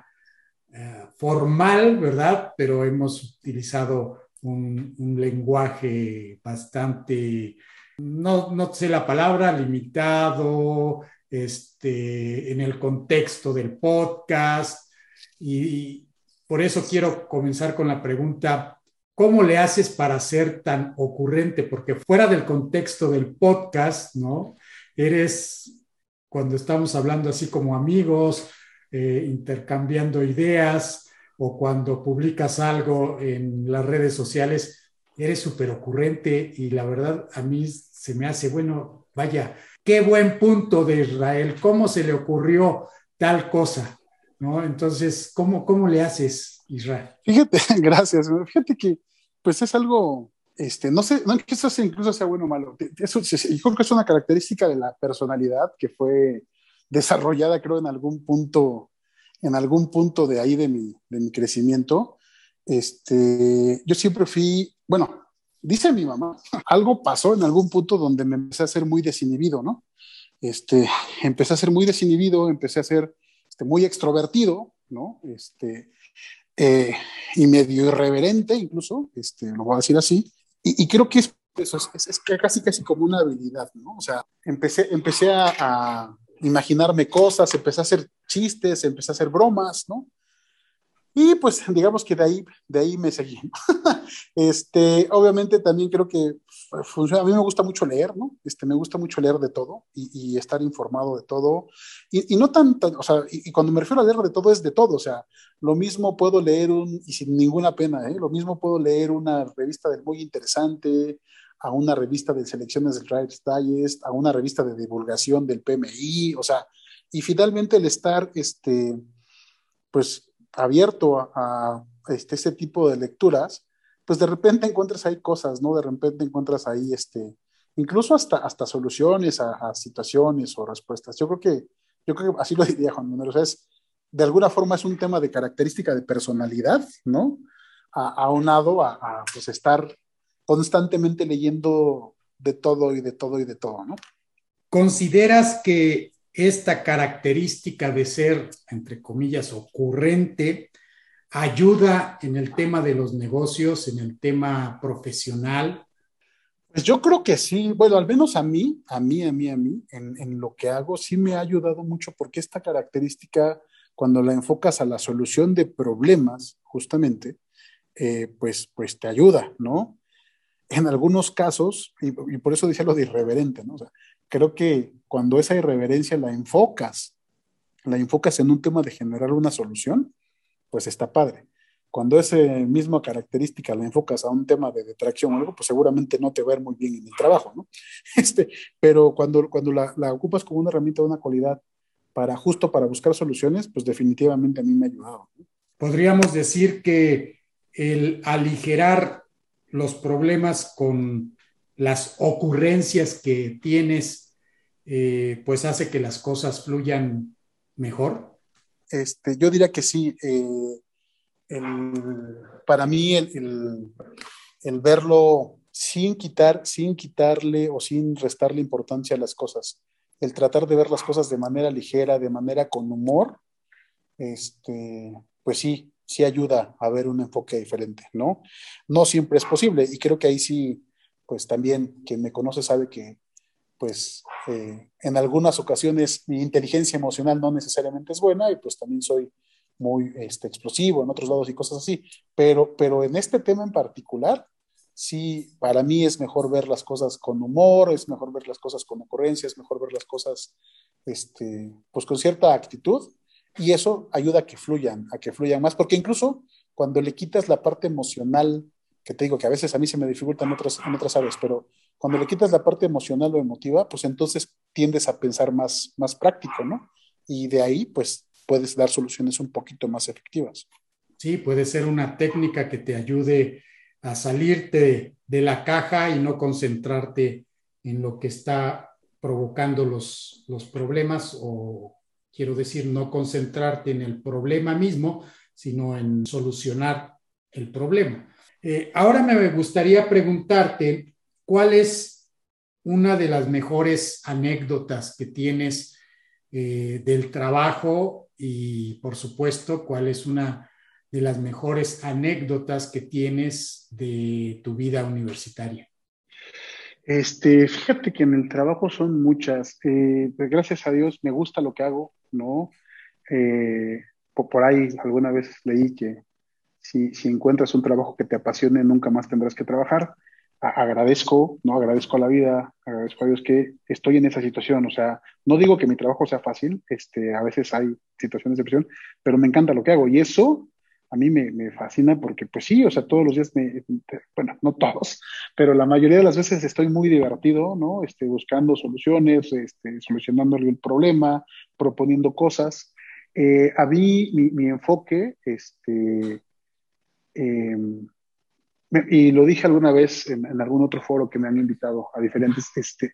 formal, ¿verdad? Pero hemos utilizado un lenguaje bastante, no sé la palabra, limitado, en el contexto del podcast. Y por eso quiero comenzar con la pregunta, ¿cómo le haces para ser tan ocurrente? Porque fuera del contexto del podcast, ¿no? Eres, cuando estamos hablando así como amigos, intercambiando ideas, o cuando publicas algo en las redes sociales, eres súper ocurrente y la verdad a mí se me hace, bueno, vaya, qué buen punto de Israel, cómo se le ocurrió tal cosa, ¿no? Entonces, ¿cómo le haces, Israel? Fíjate, gracias. Fíjate que, pues es algo, no sé, no es que eso incluso sea bueno o malo. Eso, yo creo que es una característica de la personalidad que fue desarrollada, creo, en algún punto de ahí de mi crecimiento. Yo siempre fui, bueno, dice mi mamá, algo pasó en algún punto donde me empecé a ser muy desinhibido, ¿no? Empecé a ser muy desinhibido, empecé a ser muy extrovertido, ¿no? Eh, y medio irreverente incluso, lo voy a decir así, y creo que es que casi como una habilidad, ¿no? O sea, empecé a imaginarme cosas, empecé a hacer chistes, empecé a hacer bromas, ¿no? Y pues digamos que de ahí me seguí. Obviamente también creo que funciona. A mí me gusta mucho leer, ¿no? Me gusta mucho leer de todo y estar informado de todo. Y no o sea, y cuando me refiero a leer de todo es de todo. O sea, lo mismo puedo leer y sin ninguna pena, ¿eh? Lo mismo puedo leer una revista del Muy Interesante, a una revista de selecciones del Drive Digest, a una revista de divulgación del PMI, o sea, y finalmente el estar, pues abierto ese tipo de lecturas, pues de repente encuentras ahí cosas, ¿no? De repente encuentras ahí, incluso hasta soluciones a situaciones o respuestas. Yo creo que así lo diría Juan Manuel, o sea, de alguna forma es un tema de característica de personalidad, ¿no? Aunado pues estar constantemente leyendo de todo y de todo y de todo, ¿no? ¿Consideras que esta característica de ser, entre comillas, ocurrente, ayuda en el tema de los negocios, en el tema profesional? Pues yo creo que sí, bueno, al menos en lo que hago, sí me ha ayudado mucho porque esta característica, cuando la enfocas a la solución de problemas, justamente, pues te ayuda, ¿no? En algunos casos, y por eso decía lo de irreverente, ¿no? O sea, creo que cuando esa irreverencia la enfocas en un tema de generar una solución, pues está padre. Cuando esa misma característica la enfocas a un tema de detracción o algo, pues seguramente no te va a ir muy bien en el trabajo, ¿no? Pero cuando la ocupas como una herramienta de una cualidad justo para buscar soluciones, pues definitivamente a mí me ha ayudado, ¿no? Podríamos decir que el aligerar los problemas con las ocurrencias que tienes, pues hace que las cosas fluyan mejor. Yo diría que sí. Para mí el verlo sin quitarle o sin restarle importancia a las cosas, el tratar de ver las cosas de manera ligera, de manera con humor, pues sí ayuda a ver un enfoque diferente, ¿no? No siempre es posible y creo que ahí sí, pues también quien me conoce sabe que pues en algunas ocasiones mi inteligencia emocional no necesariamente es buena y pues también soy muy explosivo en otros lados y cosas así, pero en este tema en particular, sí, para mí es mejor ver las cosas con humor, es mejor ver las cosas con ocurrencias, es mejor ver las cosas pues con cierta actitud y eso ayuda a que fluyan más, porque incluso cuando le quitas la parte emocional, que te digo que a veces a mí se me dificulta en otras áreas, pero cuando le quitas la parte emocional o emotiva, pues entonces tiendes a pensar más práctico, ¿no? Y de ahí, pues, puedes dar soluciones un poquito más efectivas. Sí, puede ser una técnica que te ayude a salirte de la caja y no concentrarte en lo que está provocando los problemas, o quiero decir, no concentrarte en el problema mismo, sino en solucionar el problema. Ahora me gustaría preguntarte, ¿cuál es una de las mejores anécdotas que tienes del trabajo y, por supuesto, cuál es una de las mejores anécdotas que tienes de tu vida universitaria. Fíjate que en el trabajo son muchas. Pues gracias a Dios me gusta lo que hago, ¿no? Eh, por ahí alguna vez leí que si encuentras un trabajo que te apasione, nunca más tendrás que trabajar. Agradezco, ¿no? Agradezco a la vida, agradezco a Dios que estoy en esa situación. O sea, no digo que mi trabajo sea fácil, a veces hay situaciones de presión, pero me encanta lo que hago. Y eso a mí me fascina porque, pues sí, o sea, todos los días bueno, no todos, pero la mayoría de las veces estoy muy divertido, ¿no? Buscando soluciones, solucionando el problema, proponiendo cosas. A mí, mi enfoque, eh, y lo dije alguna vez en algún otro foro que me han invitado a diferentes,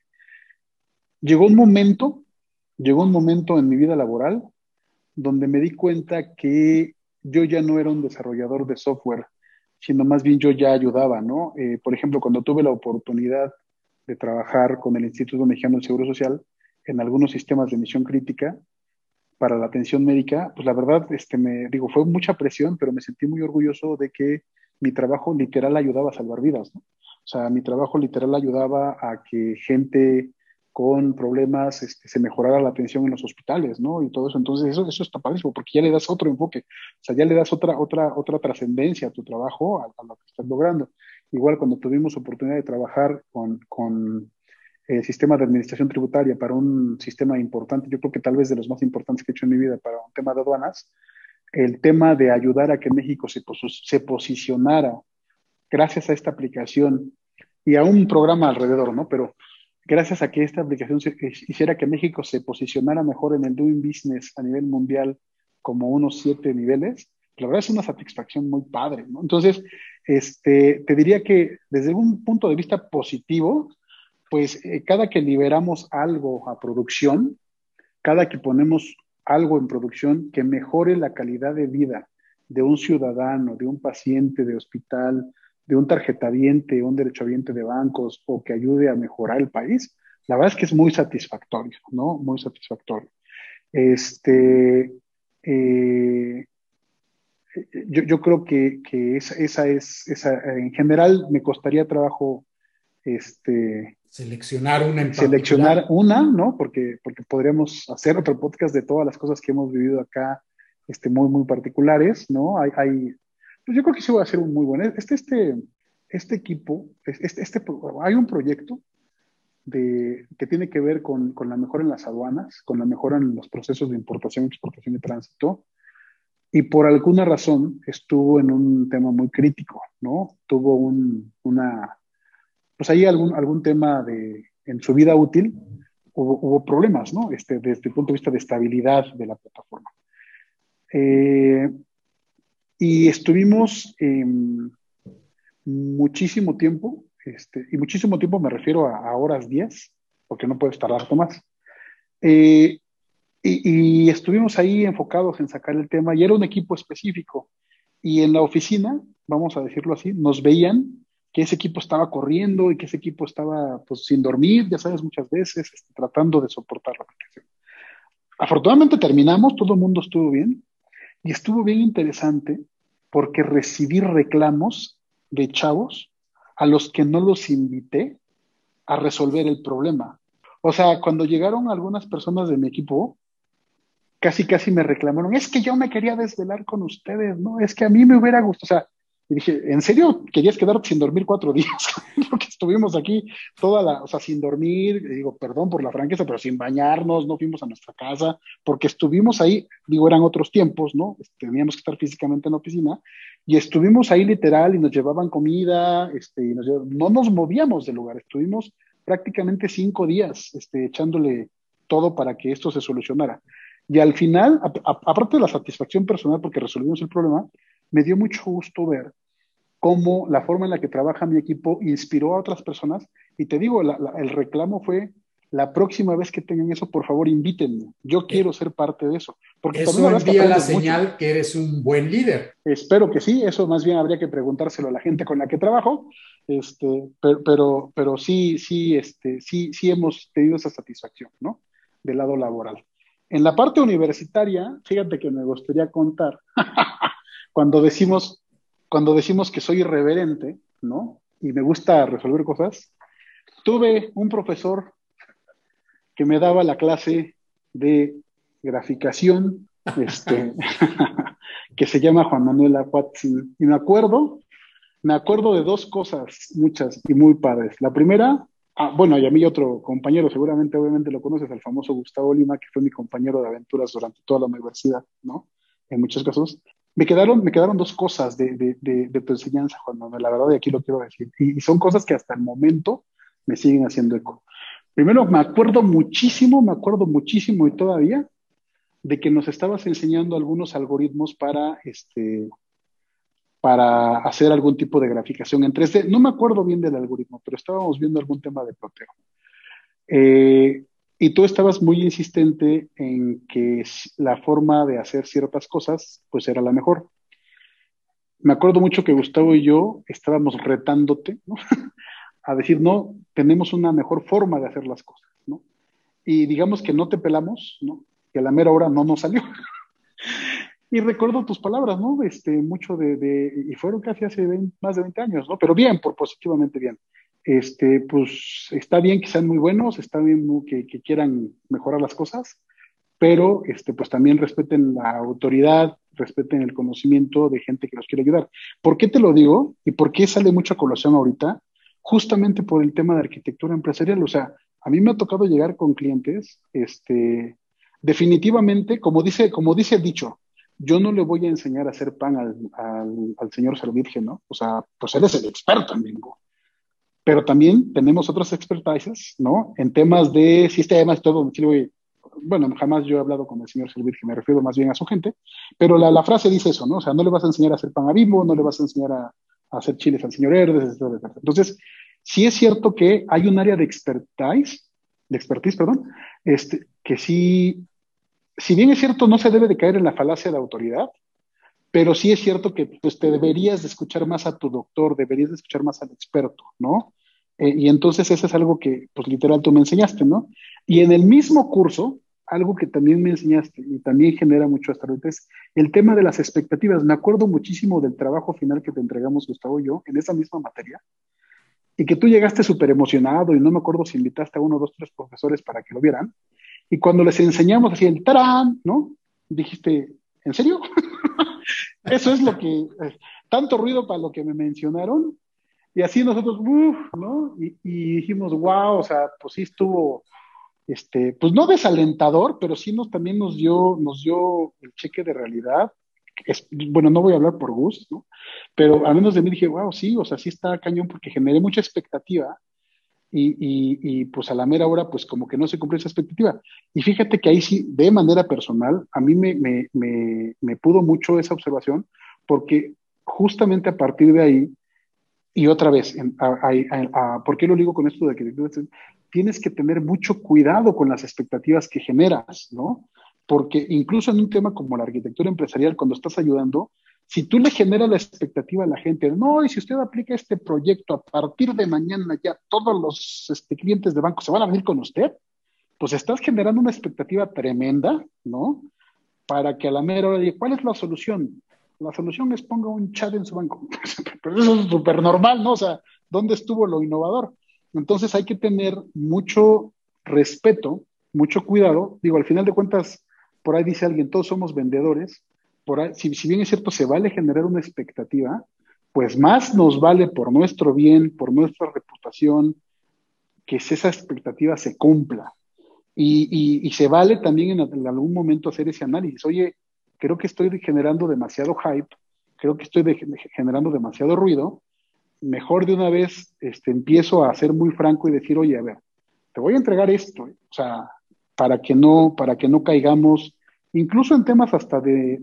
llegó un momento, llegó un momento en mi vida laboral donde me di cuenta que yo ya no era un desarrollador de software, sino más bien yo ya ayudaba, ¿no? Por ejemplo, cuando tuve la oportunidad de trabajar con el Instituto Mexicano del Seguro Social en algunos sistemas de misión crítica para la atención médica, pues la verdad, me digo, fue mucha presión, pero me sentí muy orgulloso de que mi trabajo literal ayudaba a salvar vidas, ¿no? O sea, mi trabajo literal ayudaba a que gente con problemas se mejorara la atención en los hospitales, ¿no? Y todo eso. Entonces, eso está padrísimo, porque ya le das otro enfoque, o sea, ya le das otra trascendencia a tu trabajo, a lo que estás logrando. Igual cuando tuvimos oportunidad de trabajar con sistema de administración tributaria para un sistema importante, yo creo que tal vez de los más importantes que he hecho en mi vida para un tema de aduanas, el tema de ayudar a que México se posicionara gracias a esta aplicación y a un programa alrededor, ¿no? Pero gracias a que esta aplicación hiciera que México se posicionara mejor en el doing business a nivel mundial como unos 7 niveles, la verdad es una satisfacción muy padre, ¿no? Entonces, te diría que desde un punto de vista positivo, pues cada que liberamos algo a producción, cada que ponemos algo en producción que mejore la calidad de vida de un ciudadano, de un paciente de hospital, de un tarjetaviente, un derechohabiente de bancos o que ayude a mejorar el país, la verdad es que es muy satisfactorio, ¿no? Muy satisfactorio. Este, eh, yo creo que en general me costaría trabajo Seleccionar una en seleccionar particular. una, ¿no? Porque podríamos hacer otro podcast de todas las cosas que hemos vivido acá, muy, muy particulares, ¿no? Pues yo creo que sí voy a hacer un muy buen. Este equipo, hay un proyecto que tiene que ver con la mejora en las aduanas, con la mejora en los procesos de importación, exportación y tránsito, y por alguna razón estuvo en un tema muy crítico, ¿no? Tuvo pues ahí algún tema en su vida útil, hubo problemas, ¿no? Desde el punto de vista de estabilidad de la plataforma. Eh, y estuvimos muchísimo tiempo, y muchísimo tiempo me refiero a horas 10, porque no puedes tardar más. Eh, y estuvimos ahí enfocados en sacar el tema, y era un equipo específico. Y en la oficina, vamos a decirlo así, nos veían que ese equipo estaba corriendo y que ese equipo estaba pues sin dormir, ya sabes, muchas veces, tratando de soportar la aplicación. Afortunadamente terminamos, todo el mundo estuvo bien, y estuvo bien interesante porque recibí reclamos de chavos a los que no los invité a resolver el problema. O sea, cuando llegaron algunas personas de mi equipo, casi, casi me reclamaron, es que yo me quería desvelar con ustedes, ¿no? Es que a mí me hubiera gustado, o sea, y dije, ¿en serio querías quedarte sin dormir 4 días? Porque estuvimos aquí o sea, sin dormir, digo, perdón por la franqueza, pero sin bañarnos, no fuimos a nuestra casa, porque estuvimos ahí, digo, eran otros tiempos, ¿no? Teníamos que estar físicamente en la oficina, y estuvimos ahí literal, y nos llevaban comida, no nos movíamos del lugar, estuvimos prácticamente 5 días, echándole todo para que esto se solucionara. Y al final, aparte de la satisfacción personal porque resolvimos el problema, me dio mucho gusto ver cómo la forma en la que trabaja mi equipo inspiró a otras personas. Y te digo, el reclamo fue, la próxima vez que tengan eso, por favor, invítenme. Yo quiero ser parte de eso. Porque también Eso la verdad es que envía la aprendes mucho. señal que eres un buen líder. Espero que sí, eso más bien habría que preguntárselo a la gente con la que trabajo, pero sí, sí, sí hemos tenido esa satisfacción, ¿no? Del lado laboral. En la parte universitaria, fíjate que me gustaría contar, cuando decimos, cuando decimos que soy irreverente, ¿no? Y me gusta resolver cosas, tuve un profesor que me daba la clase de graficación, que se llama Juan Manuel Acuatzin. Y me acuerdo de dos cosas, muchas y muy padres. La primera, bueno, y a mí otro compañero, seguramente, obviamente lo conoces, el famoso Gustavo Lima, que fue mi compañero de aventuras durante toda la universidad, ¿no? En muchos casos. Me quedaron dos cosas de tu enseñanza, Juan Manuel, la verdad, y aquí lo quiero decir. Y son cosas que hasta el momento me siguen haciendo eco. Primero, me acuerdo muchísimo y todavía, de que nos estabas enseñando algunos algoritmos para hacer algún tipo de graficación en 3D. No me acuerdo bien del algoritmo, pero estábamos viendo algún tema de ploteo. Y tú estabas muy insistente en que la forma de hacer ciertas cosas, pues era la mejor. Me acuerdo mucho que Gustavo y yo estábamos retándote, ¿no? A decir, no, tenemos una mejor forma de hacer las cosas, ¿no? Y digamos que no te pelamos, ¿no? Que a la mera hora no nos salió. Y recuerdo tus palabras, ¿no? Mucho y fueron casi hace más de 20 años, ¿no? Pero bien, por positivamente bien. Pues está bien que sean muy buenos, está bien que quieran mejorar las cosas, pero pues también respeten la autoridad, respeten el conocimiento de gente que los quiere ayudar. ¿Por qué te lo digo? ¿Y por qué sale mucho a colación ahorita? Justamente por el tema de arquitectura empresarial. O sea, a mí me ha tocado llegar con clientes, definitivamente, como dice el dicho, yo no le voy a enseñar a hacer pan al señor Servirgen, ¿no? O sea, pues él es el experto en bingo. Pero también tenemos otras expertises, ¿no? En temas de sistemas y todo. Bueno, jamás yo he hablado con el señor Servirgen, me refiero más bien a su gente, pero la frase dice eso, ¿no? O sea, no le vas a enseñar a hacer pan a Bimbo, no le vas a enseñar a hacer chiles al señor Herdes, etc. Entonces, sí es cierto que hay un área de expertise, perdón, que sí, si bien es cierto, no se debe de caer en la falacia de autoridad, pero sí es cierto que pues, te deberías de escuchar más a tu doctor, deberías de escuchar más al experto, ¿no? Y entonces eso es algo que, pues literal, tú me enseñaste, ¿no? Y en el mismo curso, algo que también me enseñaste y también genera mucho hasta ahorita es el tema de las expectativas. Me acuerdo muchísimo del trabajo final que te entregamos, Gustavo y yo, en esa misma materia, y que tú llegaste súper emocionado y no me acuerdo si invitaste a uno, dos, tres profesores para que lo vieran. Y cuando les enseñamos así el tarán, ¿no? Dijiste, ¿en serio? Eso es lo que, tanto ruido para lo que me mencionaron, y así nosotros, uff, ¿no? Y dijimos, wow, o sea, pues sí estuvo, pues no desalentador, pero sí también nos dio el cheque de realidad. Bueno, no voy a hablar por Gus, ¿no? Pero al menos de mí dije, wow, sí, o sea, sí está cañón porque generé mucha expectativa y pues a la mera hora, pues como que no se cumplió esa expectativa. Y fíjate que ahí sí, de manera personal, a mí me pudo mucho esa observación, porque justamente a partir de ahí, y otra vez, ¿por qué lo digo con esto de que tienes que tener mucho cuidado con las expectativas que generas, ¿no? Porque incluso en un tema como la arquitectura empresarial, cuando estás ayudando, si tú le generas la expectativa a la gente, no, y si usted aplica este proyecto a partir de mañana ya todos los clientes de banco se van a venir con usted, pues estás generando una expectativa tremenda, ¿no? Para que a la mera hora diga, ¿cuál es la solución? La solución es ponga un chat en su banco. Pero eso es súper normal, ¿no? O sea, ¿dónde estuvo lo innovador? Entonces hay que tener mucho respeto, mucho cuidado. Digo, al final de cuentas, por ahí dice alguien, todos somos vendedores. Por ahí, si bien es cierto, se vale generar una expectativa, pues más nos vale por nuestro bien, por nuestra reputación, que esa expectativa se cumpla. Y se vale también en algún momento hacer ese análisis. Oye, creo que estoy generando demasiado hype, creo que estoy generando demasiado ruido. Mejor de una vez empiezo a ser muy franco y decir, oye, a ver, te voy a entregar esto, o sea, para que no caigamos, incluso en temas hasta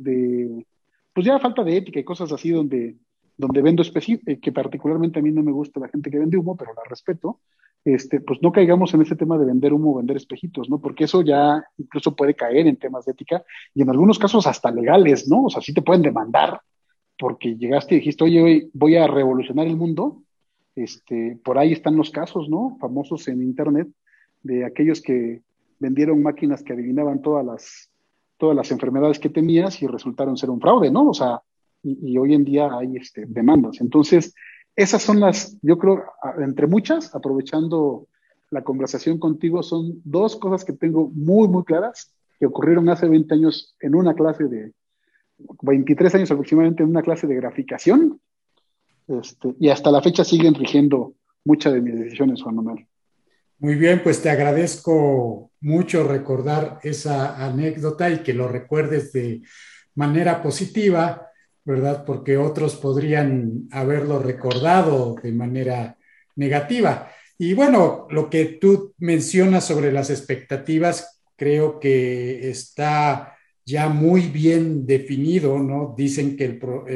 pues ya falta de ética y cosas así donde vendo que particularmente a mí no me gusta la gente que vende humo, pero la respeto, pues no caigamos en ese tema de vender humo o vender espejitos, ¿no? Porque eso ya incluso puede caer en temas de ética y en algunos casos hasta legales, ¿no? O sea, sí te pueden demandar porque llegaste y dijiste, oye, voy a revolucionar el mundo. Por ahí están los casos, ¿no? Famosos en internet de aquellos que vendieron máquinas que adivinaban todas las enfermedades que tenías y resultaron ser un fraude, ¿no? O sea, y hoy en día hay demandas. Entonces, esas son yo creo, entre muchas, aprovechando la conversación contigo, son dos cosas que tengo muy, muy claras, que ocurrieron hace 20 años en una clase 23 años aproximadamente en una clase de graficación, y hasta la fecha siguen rigiendo muchas de mis decisiones, Juan Manuel. Muy bien, pues te agradezco mucho recordar esa anécdota y que lo recuerdes de manera positiva, ¿verdad? Porque otros podrían haberlo recordado de manera negativa. Y bueno, lo que tú mencionas sobre las expectativas, creo que está ya muy bien definido, ¿no? Dicen que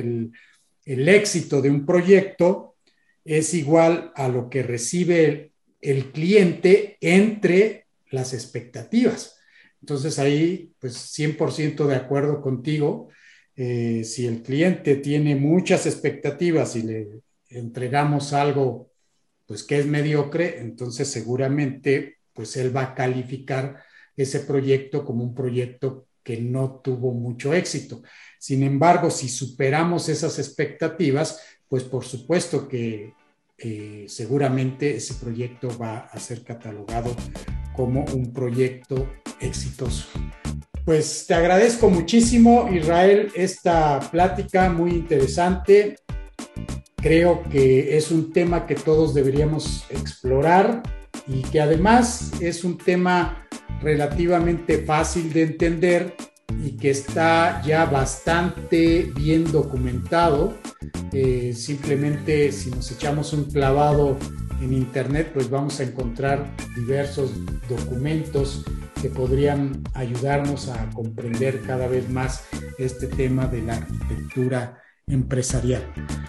el éxito de un proyecto es igual a lo que recibe el cliente entre las expectativas. Entonces ahí, pues 100% de acuerdo contigo. Si el cliente tiene muchas expectativas y le entregamos algo pues que es mediocre, entonces seguramente pues él va a calificar ese proyecto como un proyecto que no tuvo mucho éxito. Sin embargo, si superamos esas expectativas, pues por supuesto que seguramente ese proyecto va a ser catalogado como un proyecto exitoso. Pues te agradezco muchísimo, Israel, esta plática muy interesante. Creo que es un tema que todos deberíamos explorar y que además es un tema relativamente fácil de entender y que está ya bastante bien documentado. Simplemente si nos echamos un clavado en internet, pues vamos a encontrar diversos documentos que podrían ayudarnos a comprender cada vez más este tema de la arquitectura empresarial.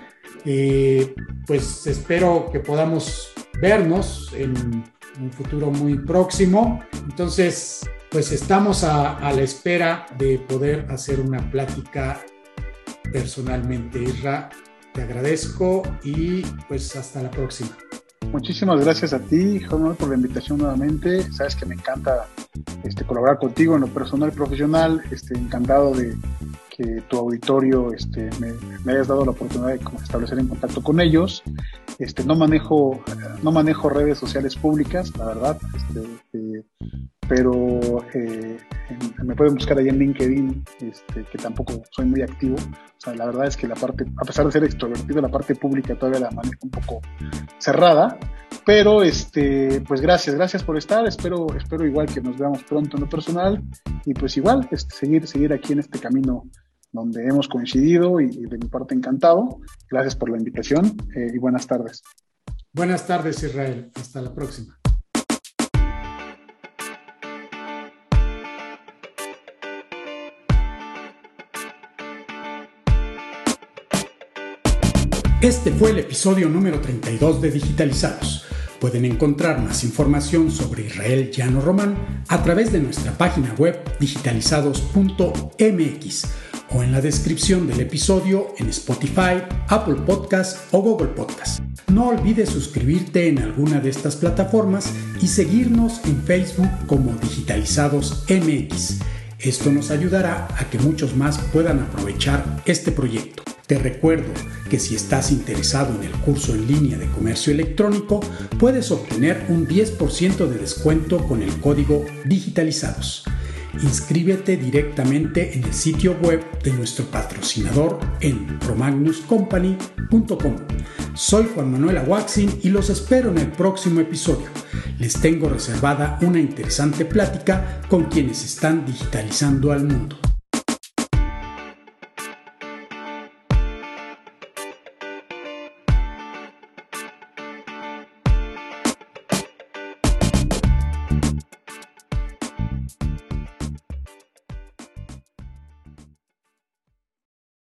Pues espero que podamos vernos en un futuro muy próximo. Entonces, pues estamos a la espera de poder hacer una plática personalmente. Isra, te agradezco y pues hasta la próxima. Muchísimas gracias a ti, Juan, por la invitación nuevamente. Sabes que me encanta colaborar contigo en lo personal y profesional. Encantado de que tu auditorio me hayas dado la oportunidad de establecer en contacto con ellos. No manejo redes sociales públicas, la verdad, pero me pueden buscar ahí en LinkedIn, que tampoco soy muy activo. O sea, la verdad es que a pesar de ser extrovertido, la parte pública todavía la manejo un poco cerrada, pero pues gracias por estar. Espero igual que nos veamos pronto en lo personal y pues igual seguir aquí en este camino donde hemos coincidido y de mi parte encantado. Gracias por la invitación y buenas tardes. Buenas tardes, Israel. Hasta la próxima. Este fue el episodio número 32 de Digitalizados. Pueden encontrar más información sobre Israel Llano Román a través de nuestra página web digitalizados.mx o en la descripción del episodio en Spotify, Apple Podcast o Google Podcast. No olvides suscribirte en alguna de estas plataformas y seguirnos en Facebook como Digitalizados MX. Esto nos ayudará a que muchos más puedan aprovechar este proyecto. Te recuerdo que si estás interesado en el curso en línea de comercio electrónico, puedes obtener un 10% de descuento con el código Digitalizados. Inscríbete directamente en el sitio web de nuestro patrocinador en promagnuscompany.com. Soy Juan Manuel Aguaxin y los espero en el próximo episodio. Les tengo reservada una interesante plática con quienes están digitalizando al mundo.